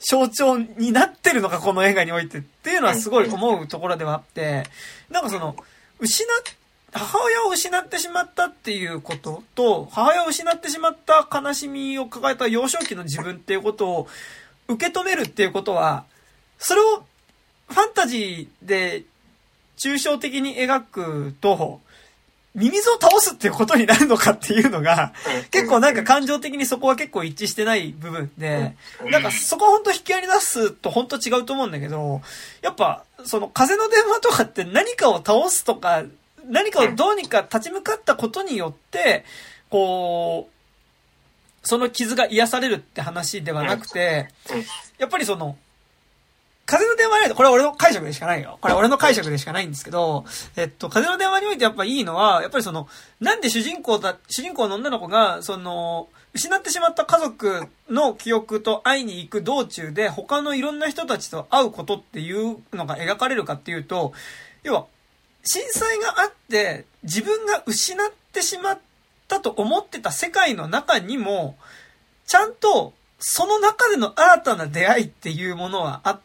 Speaker 1: 象徴になってるのか、この映画においてっていうのはすごい思うところではあって、なんかその、失っ、母親を失ってしまったっていうことと、母親を失ってしまった悲しみを抱えた幼少期の自分っていうことを受け止めるっていうことは、それをファンタジーで抽象的に描くと、ミミズを倒すっていうことになるのかっていうのが、結構なんか感情的にそこは結構一致してない部分で、なんかそこを本当引き合いに出すと本当違うと思うんだけど、やっぱその風の電話とかって何かを倒すとか、何かをどうにか立ち向かったことによって、こう、その傷が癒されるって話ではなくて、やっぱりその、風の電話において、これは俺の解釈でしかないよ。これは俺の解釈でしかないんですけど、えっと、風の電話においてやっぱいいのは、やっぱりその、なんで主人公だ、主人公の女の子が、その、失ってしまった家族の記憶と会いに行く道中で、他のいろんな人たちと会うことっていうのが描かれるかっていうと、要は、震災があって、自分が失ってしまったと思ってた世界の中にも、ちゃんと、その中での新たな出会いっていうものはあって、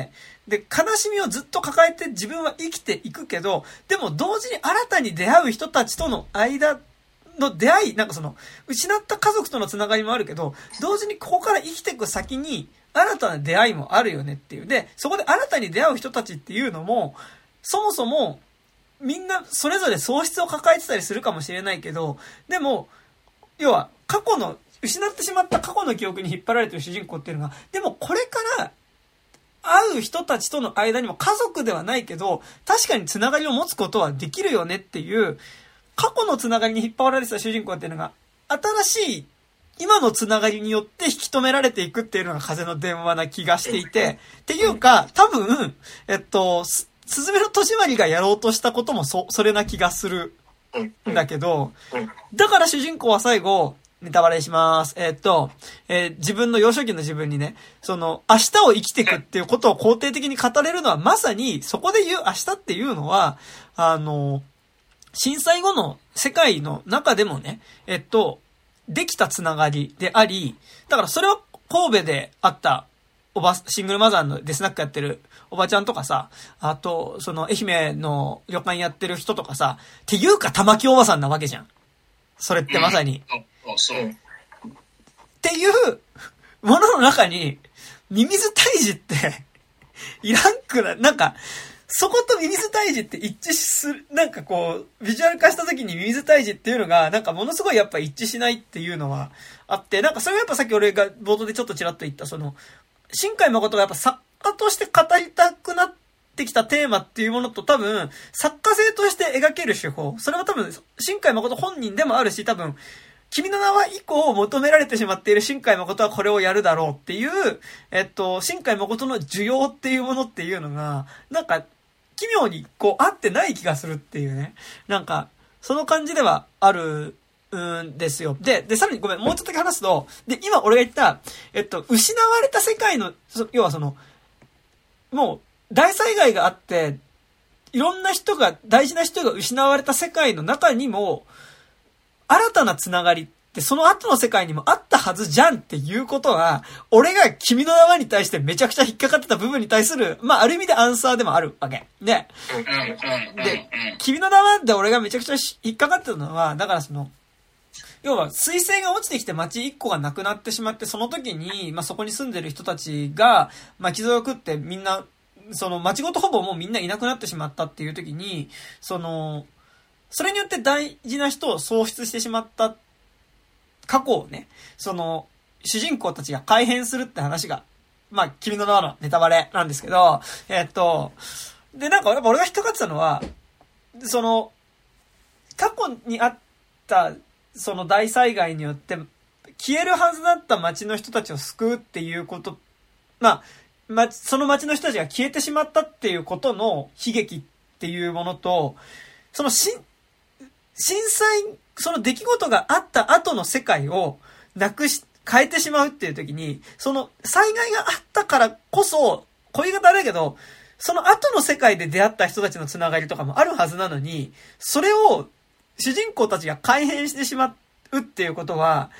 Speaker 1: で、悲しみをずっと抱えて自分は生きていくけど、でも同時に新たに出会う人たちとの間の出会い、なんかその、失った家族とのつながりもあるけど、同時にここから生きていく先に新たな出会いもあるよねっていう。で、そこで新たに出会う人たちっていうのも、そもそも、みんなそれぞれ喪失を抱えてたりするかもしれないけど、でも、要は過去の、失ってしまった過去の記憶に引っ張られてる主人公っていうのが、でもこれから会う人たちとの間にも家族ではないけど、確かにつながりを持つことはできるよねっていう、過去のつながりに引っ張られてた主人公っていうのが、新しい今のつながりによって引き止められていくっていうのが風の電話な気がしていて、っていうか、多分、えっと、すずめの戸締まりがやろうとしたこともそ、それな気がするんだけど、だから主人公は最後、ネタバレします。えー、っと、えー、自分の幼少期の自分にね、その、明日を生きていくっていうことを肯定的に語れるのは、まさに、そこで言う明日っていうのは、あの、震災後の世界の中でもね、えっと、できたつながりであり、だからそれは神戸であった、おば、シングルマザーのデスナックやってるおばちゃんとかさ、あと、その、愛媛の旅館やってる人とかさ、っていうか玉木おばさんなわけじゃん。それってまさに。
Speaker 4: そう。
Speaker 1: っていうものの中に、ミミズ退治って、いらんくらい、なんか、そことミミズ退治って一致する、なんかこう、ビジュアル化した時にミミズ退治っていうのが、なんかものすごいやっぱ一致しないっていうのはあって、なんかそれはやっぱさっき俺が冒頭でちょっとちらっと言った、その、新海誠がやっぱ作家として語りたくなってきたテーマっていうものと多分、作家性として描ける手法、それは多分、新海誠本人でもあるし、多分、君の名は以降求められてしまっている新海誠はこれをやるだろうっていう、えっと、新海誠の需要っていうものっていうのが、なんか、奇妙にこう合ってない気がするっていうね。なんか、その感じではあるんですよ。で、で、さらにごめん、もうちょっとだけ話すと、で、今俺が言った、えっと、失われた世界の、要はその、もう、大災害があって、いろんな人が、大事な人が失われた世界の中にも、新たなつながりってその後の世界にもあったはずじゃんっていうことは、俺が君の名はに対してめちゃくちゃ引っかかってた部分に対する、まあある意味でアンサーでもあるわけ。で、で、君の名はで俺がめちゃくちゃ引っかかってたのは、だからその、要は彗星が落ちてきて街一個がなくなってしまって、その時に、まあそこに住んでる人たちが、まあ傷を食ってみんな、その街ごとほぼもうみんないなくなってしまったっていう時に、その、それによって大事な人を喪失してしまった過去をね、その、主人公たちが改変するって話が、まあ、君の名はのネタバレなんですけど、えっと、で、なんかやっぱ俺が引っかかってたのは、その、過去にあった、その大災害によって、消えるはずだった街の人たちを救うっていうこと、まあ、ま、その街の人たちが消えてしまったっていうことの悲劇っていうものと、そのし、震災、その出来事があった後の世界をなくし、変えてしまうっていう時に、その災害があったからこそ、こういう言い方あれだけど、その後の世界で出会った人たちのつながりとかもあるはずなのに、それを主人公たちが改変してしまうっていうことは、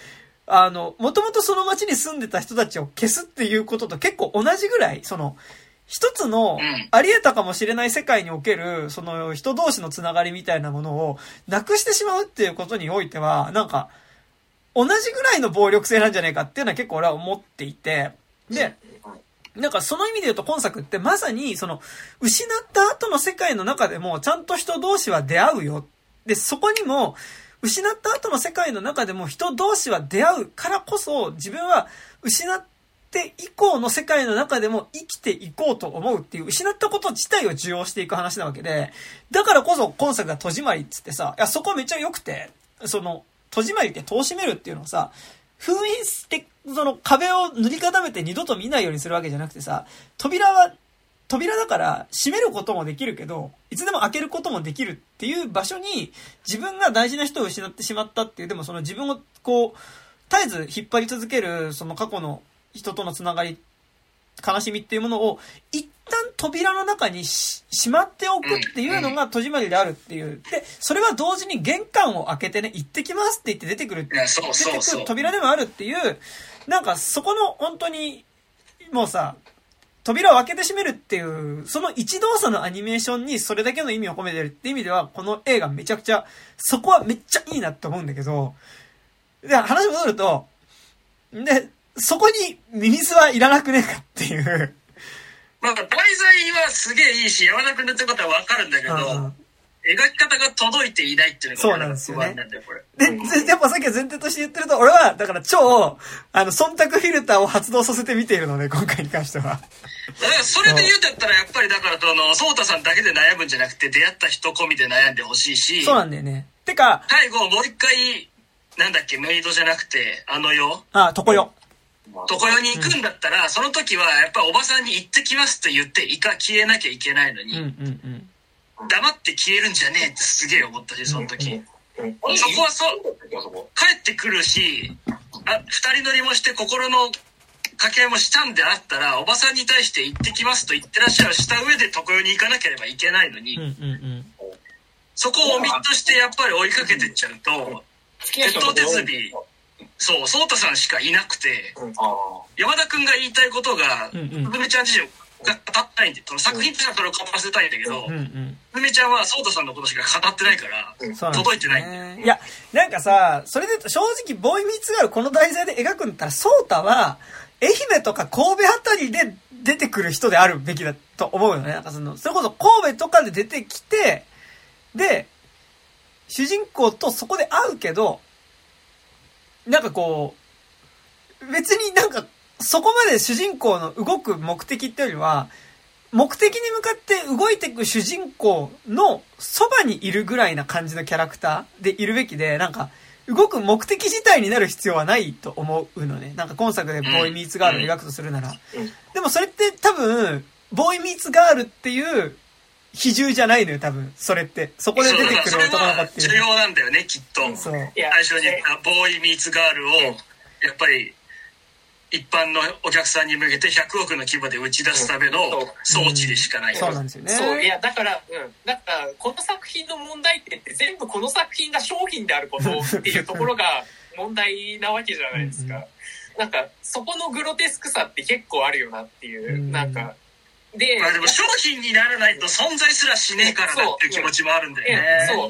Speaker 1: あの、もともとその町に住んでた人たちを消すっていうことと結構同じぐらい、その、一つのあり得たかもしれない世界における、その人同士のつながりみたいなものをなくしてしまうっていうことにおいては、なんか、同じぐらいの暴力性なんじゃないかっていうのは結構俺は思っていて、で、なんかその意味で言うと今作ってまさにその失った後の世界の中でもちゃんと人同士は出会うよ。で、そこにも失った後の世界の中でも人同士は出会うからこそ自分は失って以降の世界の中でも生きていこうと思うっていう失ったこと自体を受容していく話なわけで、だからこそ今作が戸締まりっつってさ、いやそこめっちゃ良くて、その戸締まりって戸を閉めるっていうのはさ、封印して、その壁を塗り固めて二度と見ないようにするわけじゃなくてさ、扉は、扉だから閉めることもできるけど、いつでも開けることもできるっていう場所に自分が大事な人を失ってしまったっていう、でもその自分をこう、絶えず引っ張り続けるその過去の人とのつながり、悲しみっていうものを一旦扉の中にししまっておくっていうのが戸締まりであるっていう。で、それは同時に玄関を開けてね、行ってきますって言って出てくる。出てくる扉でもあるっていう、なんかそこの本当に、もうさ、扉を開けて閉めるっていう、その一動作のアニメーションにそれだけの意味を込めてるって意味では、この映画めちゃくちゃ、そこはめっちゃいいなって思うんだけど、で、話戻ると、で、そこにミミズはいらなくねえかっていう。
Speaker 4: まあ、題材はすげえいいし、山田君の言ってることはわかるんだけど、うん、描き方が届いていないっていうのが
Speaker 1: そうなんですよね。で、やっぱさっきは前提として言ってると、俺は、だから超、あの、忖度フィルターを発動させて見ているので、今回に関しては。だ
Speaker 4: からそれで言うとやったら、やっぱりだから、その、ソータさんだけで悩むんじゃなくて、出会った人込みで悩んでほしいし。
Speaker 1: そうなんだよね。てか、
Speaker 4: 最後、もう一回、なんだっけ、メイドじゃなくて、あの世。
Speaker 1: あ、床世。
Speaker 4: 床世に行くんだったら、うん、その時はやっぱおばさんに行ってきますって言っていか消えなきゃいけないのに、うんうんうん、黙って消えるんじゃねえってすげえ思ったし、その時、うんうんうん、そこはそう帰ってくるし、あ二人乗りもして心の掛け合いもしたんであったら、おばさんに対して行ってきますと言ってらっしゃるした上で床世に行かなければいけないのに、うんうんうん、そこをオミットしてやっぱり追いかけてっちゃうと、鉄頭鉄尾そう、ソータさんしかいなくて、うん、山田くんが言いたいことが、すずめちゃん自身が語ってないんで、その作品としてはそれを語らせたいんだけど、すずめちゃんはソータさんのことしか語ってないから、うん、届いてないんだよ、
Speaker 1: ね。いや、なんかさ、それで正直、ボーイミーツガールこの題材で描くんだったら、ソータは、愛媛とか神戸あたりで出てくる人であるべきだと思うよね。なんかその、それこそ神戸とかで出てきて、で、主人公とそこで会うけど、なんかこう、別になんか、そこまで主人公の動く目的ってよりは、目的に向かって動いていく主人公のそばにいるぐらいな感じのキャラクターでいるべきで、なんか、動く目的自体になる必要はないと思うのね。なんか今作でボーイミーツガールを描くとするなら。でもそれって多分、ボーイミーツガールっていう比重じゃないのよ、多分。それって。そこで出てくる男の子っていう。
Speaker 4: 重要なんだよね、きっと。そう。最初に言ったボーイミーツガールを、やっぱり、一般のお客さんに向けてひゃくおくの規模で打ち出すための装置でしかない、
Speaker 1: うん、そうなんですよね。
Speaker 3: そう、いや、だから、うん。だから、この作品の問題点って全部この作品が商品であることっていうところが問題なわけじゃないですか。うんうん、なんか、そこのグロテスクさって結構あるよなっていう、うん、なんか、
Speaker 4: で、まあでも商品にならないと存在すらしねえからだっていう気持ちもあるんだよね。
Speaker 3: そう。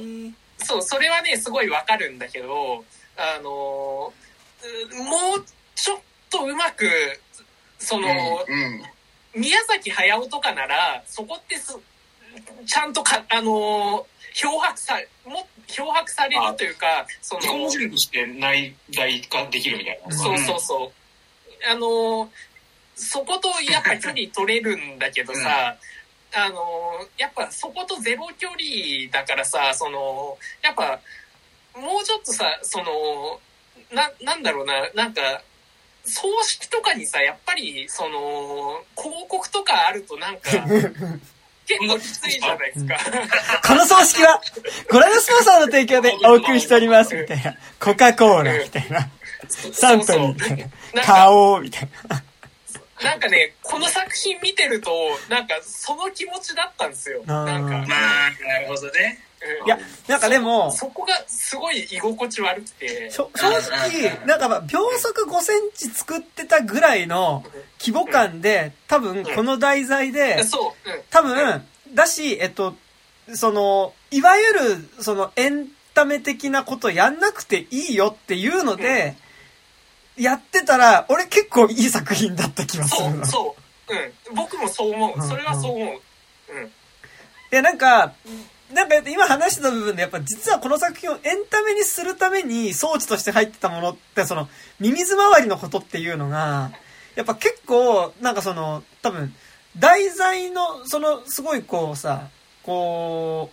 Speaker 3: そう、それはね、すごいわかるんだけど、あの、もうちょっとうまく、その、うんうん、宮崎駿とかなら、そこってすちゃんとか、あの、漂白さ、も、漂白されるというか、その、
Speaker 2: 自己文字として内在化できるみたいな。
Speaker 3: そうそうそう。あの、そことやっぱ距離取れるんだけどさ、うん、あの、やっぱそことゼロ距離だからさ、その、やっぱ、もうちょっとさ、その、な、なんだろうな、なんか、葬式とかにさ、やっぱり、その、広告とかあるとなんか、結構きついじゃないですか。
Speaker 1: この葬式は、ご覧のスポンサーの提供でお送りしております、みたいな。コカ・コーラ、みたいな。サントリー、みたいな。花王、みたいな。
Speaker 3: なんかね、この作品見てると、なんかその気持ちだったんですよ。なんか。まあ、
Speaker 4: なるほどね。
Speaker 1: いや、なんかでも、
Speaker 3: そ, そこがすごい居心地悪くて。
Speaker 1: 正直、なんか秒速ごセンチ作ってたぐらいの規模感で、多分この題材で、多分、だし、えっと、その、いわゆる、そのエンタメ的なことやんなくていいよっていうので、やってたら、俺結構いい作品だった気がするの。
Speaker 3: そう、そう。うん。僕もそう思う。それはそう思う。うん。い
Speaker 1: や、なんか、なんか今話してた部分でやっぱ実はこの作品をエンタメにするために装置として入ってたものってそのミミズ周りのことっていうのがやっぱ結構なんかその多分題材のそのすごいこうさこ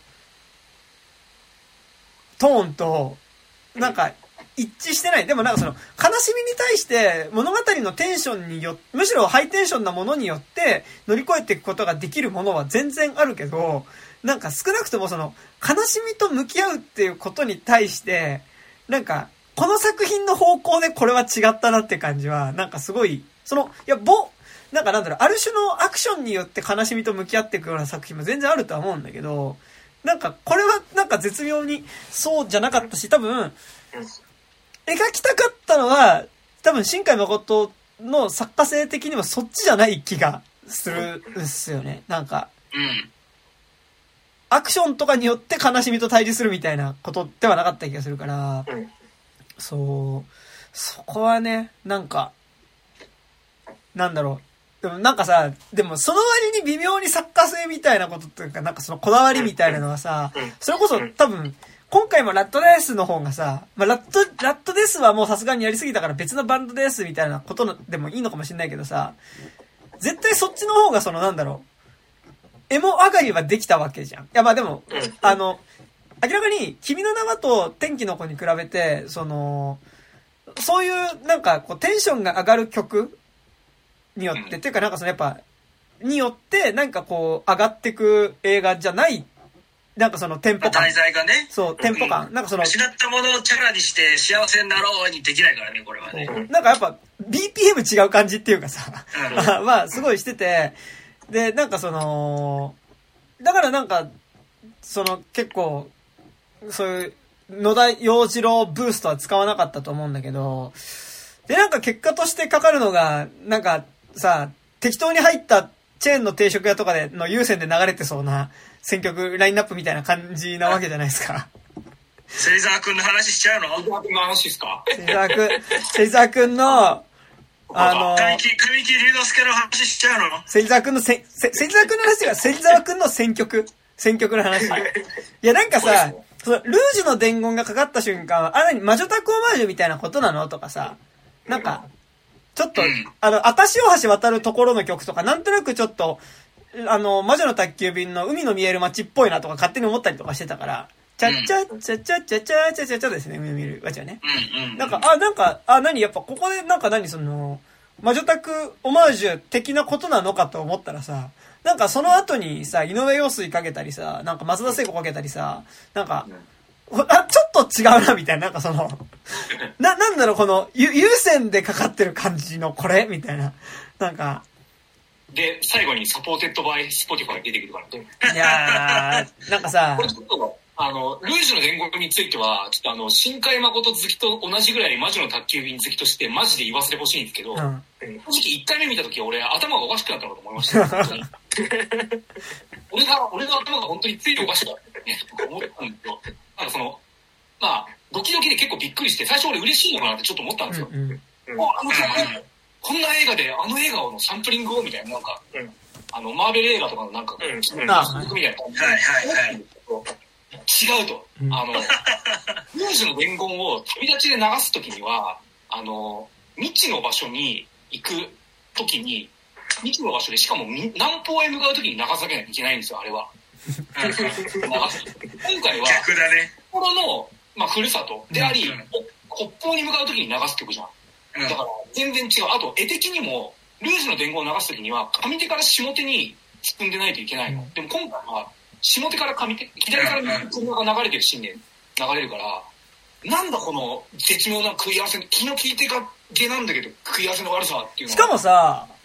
Speaker 1: うトーンとなんか一致してない。でもなんかその悲しみに対して物語のテンションによむしろハイテンションなものによって乗り越えていくことができるものは全然あるけど、なんか少なくともその悲しみと向き合うっていうことに対してなんかこの作品の方向でこれは違ったなって感じはなんかすごいそのいやぼなんかなんだろうある種のアクションによって悲しみと向き合っていくような作品も全然あるとは思うんだけど、なんかこれはなんか絶妙にそうじゃなかったし、多分描きたかったのは多分新海誠の作家性的にもそっちじゃない気がするんですよね。なんか、
Speaker 4: うん、
Speaker 1: アクションとかによって悲しみと対峙するみたいなことではなかった気がするから、
Speaker 3: うん、
Speaker 1: そうそこはねなんかなんだろうでもなんかさでもその割に微妙に作家性みたいなことっていうかなんかそのこだわりみたいなのはさ、それこそ多分今回もラットデスの方がさ、まあ、ラット、ラットデスはもうさすがにやりすぎたから別のバンドですみたいなことでもいいのかもしれないけどさ、絶対そっちの方がそのなんだろう、エモ上がりはできたわけじゃん。いやまあでも、あの、明らかに君の名はと天気の子に比べて、その、そういうなんかこうテンションが上がる曲によって、っていうかなんかそのやっぱ、によってなんかこう上がってく映画じゃないなんかそのテンポ感。
Speaker 4: 題材がね。
Speaker 1: そう、テンポ感。うん、なんかその。
Speaker 4: 失ったものをチャラにして幸せになろうにできないからね、これはね。
Speaker 1: なんかやっぱ ビーピーエム 違う感じっていうかさ、うん、まあすごいしてて、で、なんかその、だからなんか、その結構、そういう野田洋次郎ブーストは使わなかったと思うんだけど、で、なんか結果としてかかるのが、なんかさ、適当に入ったチェーンの定食屋とかでの有線で流れてそうな、選曲ラインナップみたいな感じなわけじゃないですか。
Speaker 4: 芹沢くんの話しちゃうの？
Speaker 2: 芹沢くんの話ですか？
Speaker 1: 芹沢くん、芹沢くんの、あの、
Speaker 4: 神木、神木隆之介の話しちゃうの？
Speaker 1: 芹沢くんのせ、せ、芹沢くんの話が、芹沢くんの選曲、選曲の話。いや、なんかさ、その、ルージュの伝言がかかった瞬間、あ、なに、魔女宅オマージュみたいなことなのとかさ、なんか、ちょっと、あの、明石大橋渡るところの曲とか、なんとなくちょっと、あの、魔女の宅急便の海の見える街っぽいなとか勝手に思ったりとかしてたから、チャッチャッチャッチャッチャッチャッチャッチャッチャですね、海の見える街はね。なんか、あ、なんか、あ、何やっぱここでなんか何その、魔女宅オマージュ的なことなのかと思ったらさ、なんかその後にさ、井上陽水かけたりさ、なんか松田聖子かけたりさ、なんか、あ、ちょっと違うなみたいな、なんかその、な、なんだろうこの、優先でかかってる感じのこれみたいな、なんか、
Speaker 2: で、最後にサポーテッドバイスポティファイ出てくるからね。
Speaker 1: いやー、なんかさ、
Speaker 2: これちょっと、あの、ルージュの伝言については、ちょっとあの、新海誠好きと同じぐらい魔女の宅急便好きとしてマジで言わせてほしいんですけど、うん、正直いっかいめ見たとき俺頭がおかしくなったのかと思いました。本当に俺が、俺の頭が本当についておかしくなったね、と思ったんですよ。なんかその、まあ、ドキドキで結構びっくりして、最初俺嬉しいのかなってちょっと思ったんですよ。うんうん、あの曲、こんな映画であの映画のサンプリングをみたいな、なんか、うん、あの、マーベル映画とかのなんか、うん、みたいな感じで、はいはいはい、違うと。うん、あの、ルージュの伝言を旅立ちで流すときには、あの、未知の場所に行くときに、未知の場所でしかも南方へ向かうときに流さなきゃいけないんですよ、あれは。今回は、
Speaker 4: 逆だね。
Speaker 2: 札幌の、まあ、ふるさとであり、うん、北方に向かうときに流す曲じゃん。だから全然違う。あと絵的にもルージュの伝言を流すときには上手から下手に進んでないといけないの。でも今回は下手から上手、左から右手が流れてるシーンで流れるから、なんだこの絶妙な食い合わせ、気の利いてかげなんだけど食い合わせの悪さっていうのは。
Speaker 1: しかもさ、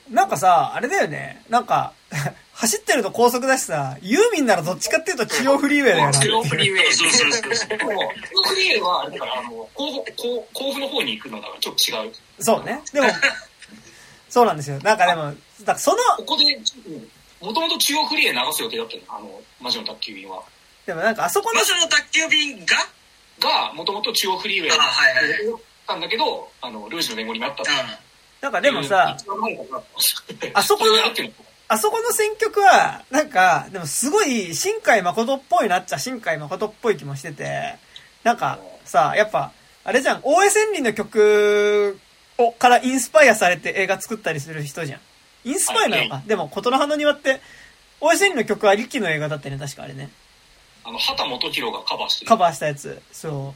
Speaker 1: なんかさ、あれだよね。なんか、走ってると高速だしさ、ユーミンならどっちかっていうと中央フリーウェイだよな。
Speaker 3: 中央フリーウェイ。
Speaker 2: そうそうそうそう。でも、中央フリーウェイは、あれだから、あの、甲府、甲府の方に行くのだからちょっと違う。
Speaker 1: そうね。でも、そうなんですよ。なんかでも、だからその、
Speaker 2: ここで、もともと中央フリーウェイ流す予定だったの、あの、魔女の宅急便は。
Speaker 1: でもなんかあそこの、
Speaker 4: 魔女の宅急便が
Speaker 2: が、もともと中央フリーウェイだったんだけど、あの、ルージュの弁護になったって。
Speaker 1: なんかでもさ、あそこの、あそこの選曲は、なんか、でもすごい、新海誠っぽいなっちゃ新海誠っぽい気もしてて、なんかさ、やっぱ、あれじゃん、大江千里の曲をからインスパイアされて映画作ったりする人じゃん。インスパイアなのか、はい、でも、琴の葉の庭って、大江千里の曲はリキの映画だったよね、確かあれね。
Speaker 2: あの、畑基博がカバーしてる。
Speaker 1: カバーしたやつ。そう。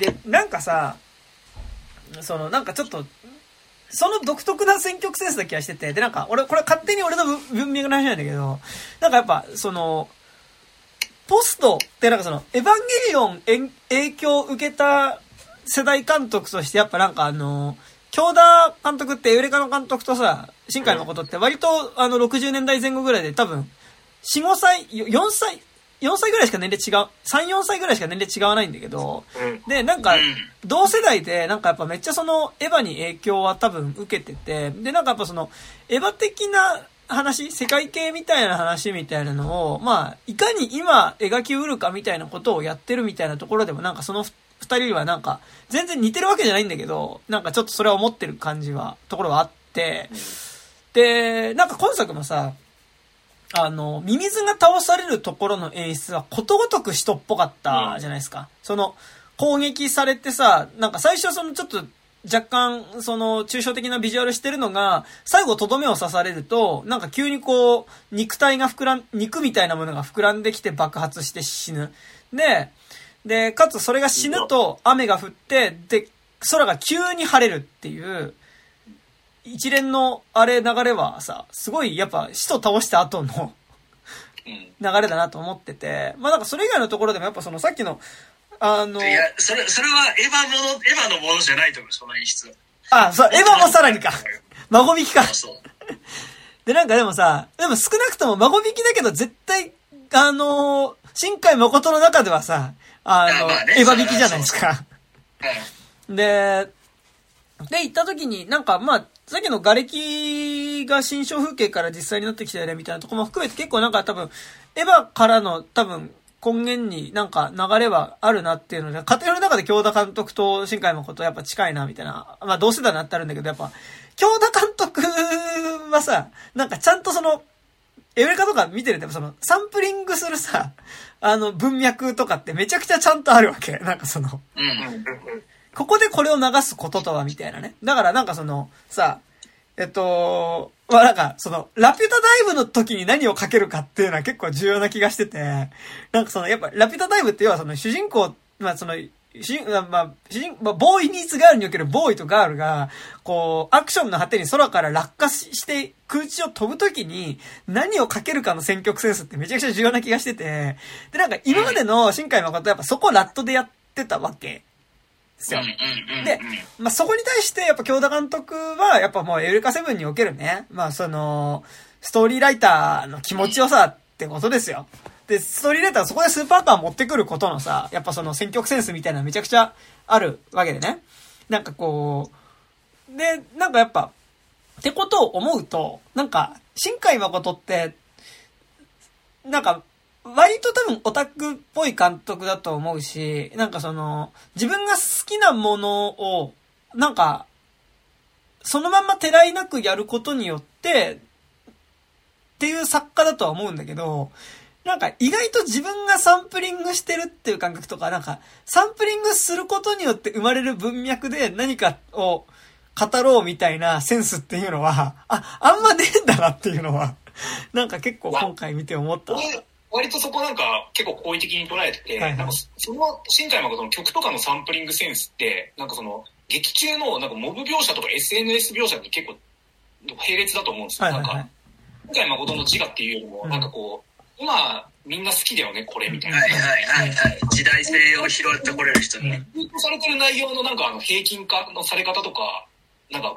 Speaker 1: で、なんかさ、その、なんかちょっと、その独特な選曲センスな気がしてて、で、なんか、俺、これ勝手に俺の文脈の話なんだけど、なんかやっぱ、その、ポストってなんかその、エヴァンゲリオン影響を受けた世代監督として、やっぱなんかあの、京田監督ってエウレカの監督とさ、新海誠って割とあのろくじゅうねんだいぜん後ぐらいで多分、よん、ごさい、よんさい、よんさいぐらいしか年齢違う、さん、よんさいぐらいしか年齢違わないんだけど、で、なんか、同世代で、なんかやっぱめっちゃその、エヴァに影響は多分受けてて、で、なんかやっぱその、エヴァ的な話、世界系みたいな話みたいなのを、まあ、いかに今描きうるかみたいなことをやってるみたいなところでも、なんかその二人はなんか、全然似てるわけじゃないんだけど、なんかちょっとそれは思ってる感じは、ところはあって、で、なんか今作もさ、あの、ミミズが倒されるところの演出はことごとく人っぽかったじゃないですか。うん、その、攻撃されてさ、なんか最初そのちょっと若干その抽象的なビジュアルしてるのが、最後とどめを刺されると、なんか急にこう、肉体が膨らん、肉みたいなものが膨らんできて爆発して死ぬ。で、で、かつそれが死ぬと雨が降って、で、空が急に晴れるっていう、一連のあれ流れはさ、すごいやっぱ使徒倒した後の流れだなと思ってて、まあなんかそれ以外のところでもやっぱそのさっきの、あの、
Speaker 4: いや、それ、それはエヴァもの、エヴァのものじゃないと思う、その演出。
Speaker 1: あ、そう、エヴァもさらにか。孫引きか。そう。で、なんかでもさ、でも少なくとも孫引きだけど絶対、あの、新海誠の中ではさ、あの、あね、エヴァ引きじゃないですか。うん、で、で、行った時になんかまあ、さっきの瓦礫が新象風景から実際になってきたよねみたいなところも含めて結構なんか多分、エヴァからの多分根源になんか流れはあるなっていうので、家庭の中で京田監督と新海誠やっぱ近いなみたいな、まあ同世代になってあるんだけど、やっぱ、京田監督はさ、なんかちゃんとその、エウレカとか見てるとその、サンプリングするさ、あの文脈とかってめちゃくちゃちゃんとあるわけ。なんかその、うん。ここでこれを流すこととはみたいなね。だからなんかその、さ、えっと、まあなんか、その、ラピュタダイブの時に何をかけるかっていうのは結構重要な気がしてて、なんかその、やっぱ、ラピュタダイブって要はその主人公、まあその、主人、まあ、主人、まあ、ボーイニーツガールにおけるボーイとガールが、こう、アクションの果てに空から落下して空中を飛ぶときに何をかけるかの選曲センスってめちゃくちゃ重要な気がしてて、で、なんか今までの新海誠やっぱそこをラットでやってたわけ。ですよ。で、まあ、そこに対してやっぱ京田監督はやっぱもうエウレカセブンにおけるね、まあそのストーリーライターの気持ちよさってことですよ。で、ストーリーライターはそこでスーパーカー持ってくることのさ、やっぱその選曲センスみたいなのめちゃくちゃあるわけでね。なんかこう、で、なんかやっぱ、ってことを思うと、なんか、新海誠って、なんか、割と多分オタクっぽい監督だと思うし、なんかその、自分が好きなものを、なんか、そのまんまてらいなくやることによって、っていう作家だとは思うんだけど、なんか意外と自分がサンプリングしてるっていう感覚とか、なんか、サンプリングすることによって生まれる文脈で何かを語ろうみたいなセンスっていうのは、あ、あんまねえんだなっていうのは、なんか結構今回見て思った。
Speaker 2: 割とそこなんか結構好意的に捉えてて、はいはい、なんかその新海誠の曲とかのサンプリングセンスって、なんかその劇中のなんかモブ描写とか エスエヌエス 描写に結構並列だと思うんですよ。はいはいはい、なんか新海誠の自我っていうよりも、なんかこう、うん、今みんな好きだよねこれみたいな。
Speaker 4: はいはいはいはい。時代性を拾ってこれる人に。
Speaker 2: ツイートされてる内容のなんかあの平均化のされ方とか、なんか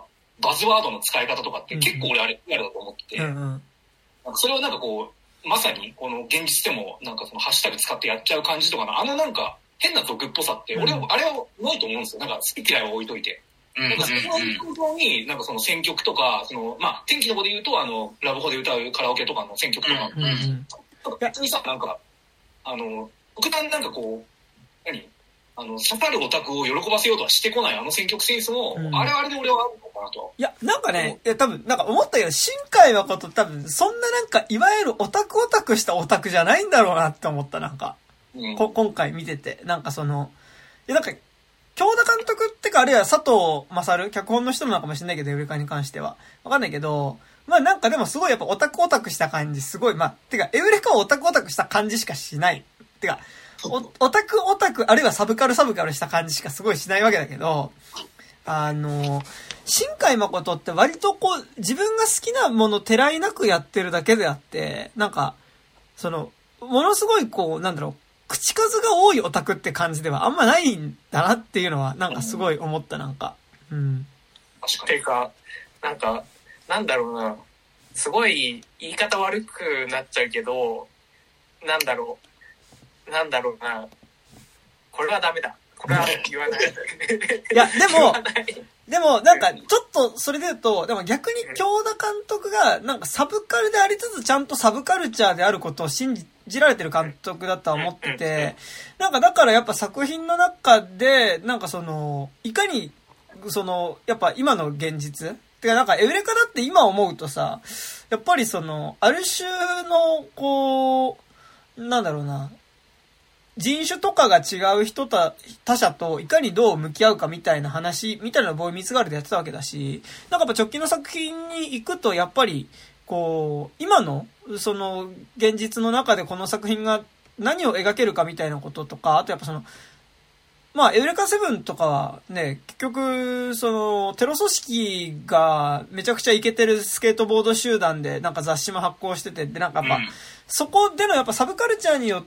Speaker 2: バズワードの使い方とかって結構俺あれリアルだと思ってて、うんうん、なんかそれをなんかこうまさにこの現実でもなんかそのハッシュタグ使ってやっちゃう感じとかのあのなんか変な毒っぽさって俺、うん、あれはないと思うんですよ。なんか好き嫌いは置いといて、うん、なんかその本当になんかその選曲とかそのまあ天気の子で言うとあのラブホで歌うカラオケとかの選曲とか、うんうん、別にさなんかあの僕なんなんかこう何あの刺さるオタクを喜ばせようとはしてこないあの選曲センスも、うん、あれはあれで俺はあるのかなと。
Speaker 1: いやなんかねいや多分なんか思ったけど新海誠多分そんななんかいわゆるオタクオタクしたオタクじゃないんだろうなって思ったなんか、うん、こ今回見ててなんかそのいやなんか京田監督ってかあるいは佐藤勝脚本の人なのかもしれないけどエウレカに関してはわかんないけどまあなんかでもすごいやっぱオタクオタクした感じすごいまあてかエウレカはオタクオタクした感じしかしないてかおオタクオタクあるいはサブカルサブカルした感じしかすごいしないわけだけどあの新海誠って割とこう自分が好きなものてらいなくやってるだけであってなんかそのものすごいこうなんだろう口数が多いオタクって感じではあんまないんだなっていうのはなんかすごい思ったなんかうん
Speaker 3: 確かにていうかなんかなんだろうなすごい言い方悪くなっちゃうけどなんだろうなんだろうなこれはダメだこれは言わない
Speaker 1: いやでもでもなんかちょっとそれで言うとでも逆に京田監督がなんかサブカルでありつつちゃんとサブカルチャーであることを信じられてる監督だとは思っててなんかだからやっぱ作品の中でなんかそのいかにそのやっぱ今の現実てかなんかエウレカだって今思うとさやっぱりそのある種のこうなんだろうな人種とかが違う人た他者といかにどう向き合うかみたいな話みたいなのをボーイミーツガールでやってたわけだしなんかやっぱ直近の作品に行くとやっぱりこう今のその現実の中でこの作品が何を描けるかみたいなこととかあとやっぱそのまあエウレカセブンとかはね結局そのテロ組織がめちゃくちゃイケてるスケートボード集団でなんか雑誌も発行しててでなんかやっぱ、うんそこでのやっぱサブカルチャーによって、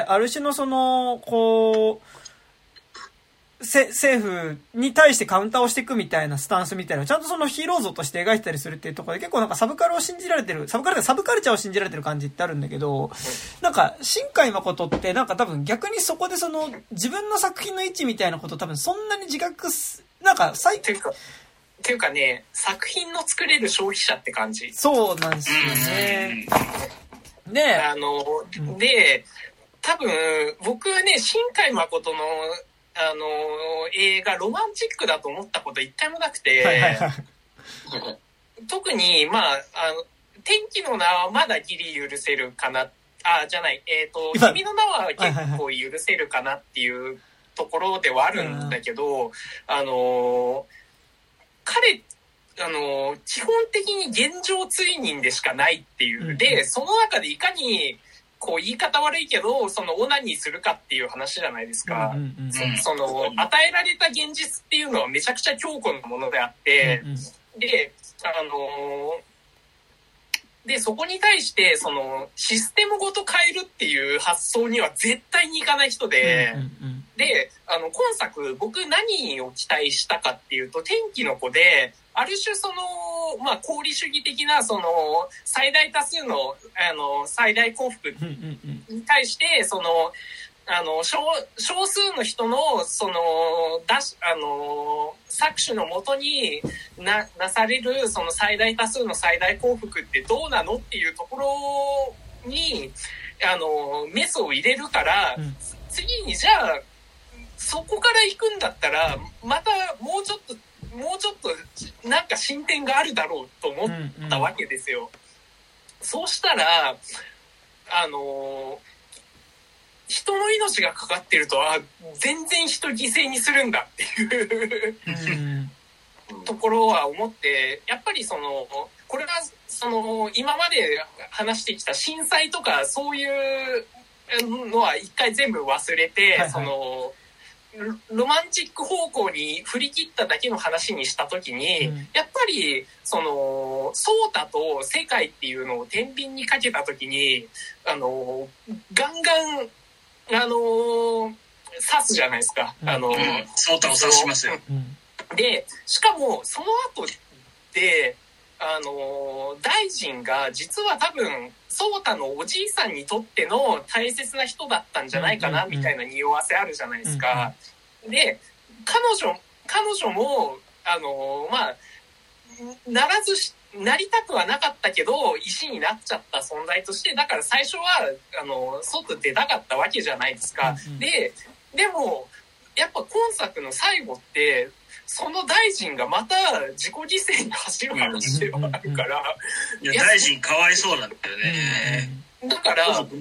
Speaker 1: ある種のその、こう、せ、政府に対してカウンターをしていくみたいなスタンスみたいな、ちゃんとそのヒーロー像として描いてたりするっていうところで結構なんかサブカルを信じられてる、サブカルでサブカルチャーを信じられてる感じってあるんだけど、なんか、新海誠ってなんか多分逆にそこでその、自分の作品の位置みたいなこと多分そんなに自覚す、なんか最近、
Speaker 3: っていうかね、作品の作れる消費者って感じ。
Speaker 1: そうなんですよね。
Speaker 3: で、あの、うん、で、多分、僕はね、新海誠の、あの、映画、ロマンチックだと思ったこと一回もなくて、はいはいはい、特に、まあ、あの、天気の名はまだギリ許せるかな、あ、じゃない、えっと、君の名は結構許せるかなっていうところではあるんだけど、はいはい、あの、彼、あの基本的に現状追認でしかないっていう、うん、でその中でいかにこう言い方悪いけどそのオナニーするかっていう話じゃないですか、うんうんうん、そ, その与えられた現実っていうのはめちゃくちゃ強固なものであって、うんうん、であのでそこに対してそのシステムごと変えるっていう発想には絶対にいかない人で、うんうんうん、であの今作僕何を期待したかっていうと天気の子である種その、まあ、功利主義的なその最大多数の、あの最大幸福に対してそのあの 少, 少数の人のそのだしあの搾取のもとに な, なされるその最大多数の最大幸福ってどうなのっていうところにあのメスを入れるから、うん、次にじゃあそこから行くんだったらまたもうちょっともうちょっとなんか進展があるだろうと思ったわけですよ、うんうん、そうしたらあの人の命がかかってるとは全然人犠牲にするんだっていううん、ところは思ってやっぱりそのこれはその今まで話してきた震災とかそういうのは一回全部忘れて、はいはい、そのロマンチック方向に振り切っただけの話にしたときに、うん、やっぱりそのソータと世界っていうのを天秤にかけたときにあのガンガンあの刺すじゃないですか、うん、あの、うん、
Speaker 4: ソータを刺しますよ、
Speaker 3: でしかもその後で、あの、大臣が実は多分、ソータのおじいさんにとっての大切な人だったんじゃないかな、みたいな匂わせあるじゃないですか。で、彼女、彼女も、あの、まあ、ならずし、なりたくはなかったけど石になっちゃった存在として、だから最初はあの外出たかったわけじゃないですか、うんうん、ででもやっぱ今作の最後ってその大臣がまた自己犠牲に走る話ではあるから、
Speaker 4: うんうんうん、いや大臣かわいそうなんだよね、
Speaker 3: うん、だからその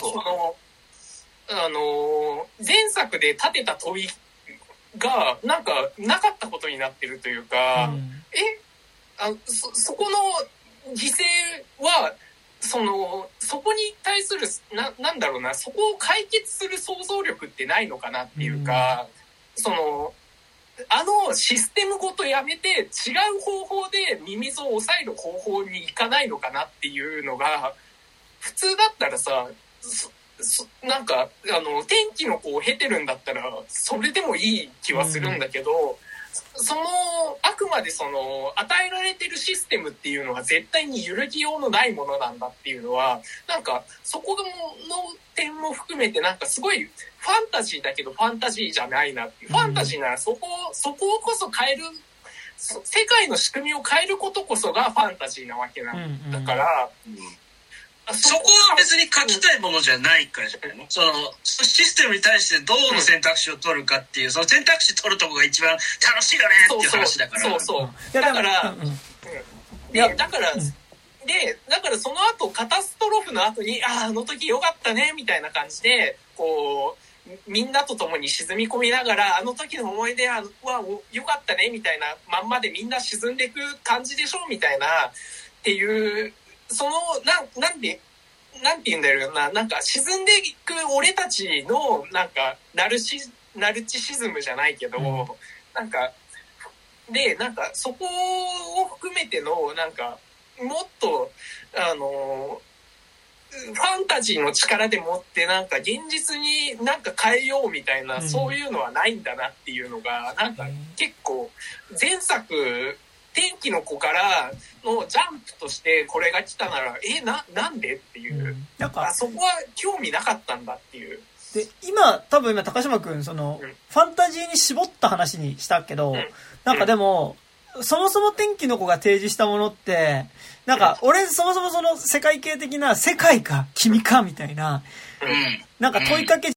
Speaker 3: あの前作で立てた問いがなんかなかったことになってるというか、うん、えあ そ, そこの犠牲はそのそこに対する な, なんだろうなそこを解決する想像力ってないのかなっていうか、うん、そのあのシステムごとやめて違う方法でミミズを抑える方法に行かないのかなっていうのが普通だったらさそそなんかあの天気の子を経てるんだったらそれでもいい気はするんだけど、うんそのあくまでその与えられてるシステムっていうのは絶対に揺るぎようのないものなんだっていうのはなんかそこの点も含めてなんかすごいファンタジーだけどファンタジーじゃないなっていう、うん、ファンタジーならそこそこをこそ変える世界の仕組みを変えることこそがファンタジーなわけなんだから、うんうん
Speaker 4: そこは別に書きたいものじゃないからじゃないの、そのシステムに対してどうの選択肢を取るかっていう、その選択肢取るとこが一番楽しいよねっていう話だから。
Speaker 3: そうそうそうそうだから、うんうん、でだから、うん、でだからその後カタストロフの後にあああの時よかったねみたいな感じでこうみんなと共に沈み込みながらあの時の思い出はよかったねみたいなまんまでみんな沈んでいく感じでしょみたいなっていうそのななんでなんて言うんだろうななんか沈んでいく俺たちのなんかナルシナルチシズムじゃないけど、うん、なんかでなんかそこを含めてのなんかもっとあのファンタジーの力でもってなんか現実になんか変えようみたいな、うん、そういうのはないんだなっていうのがなんか結構前作天気の子からのジャンプとしてこれが来たならえななんでっていう、うん、なんかそこは興味なかったんだっていう
Speaker 1: で今多分今高島くんその、うん、ファンタジーに絞った話にしたけど、うん、なんかでも、うん、そもそも天気の子が提示したものってなんか俺そもそもその世界系的な世界か君かみたいな、うん、なんか問いかけ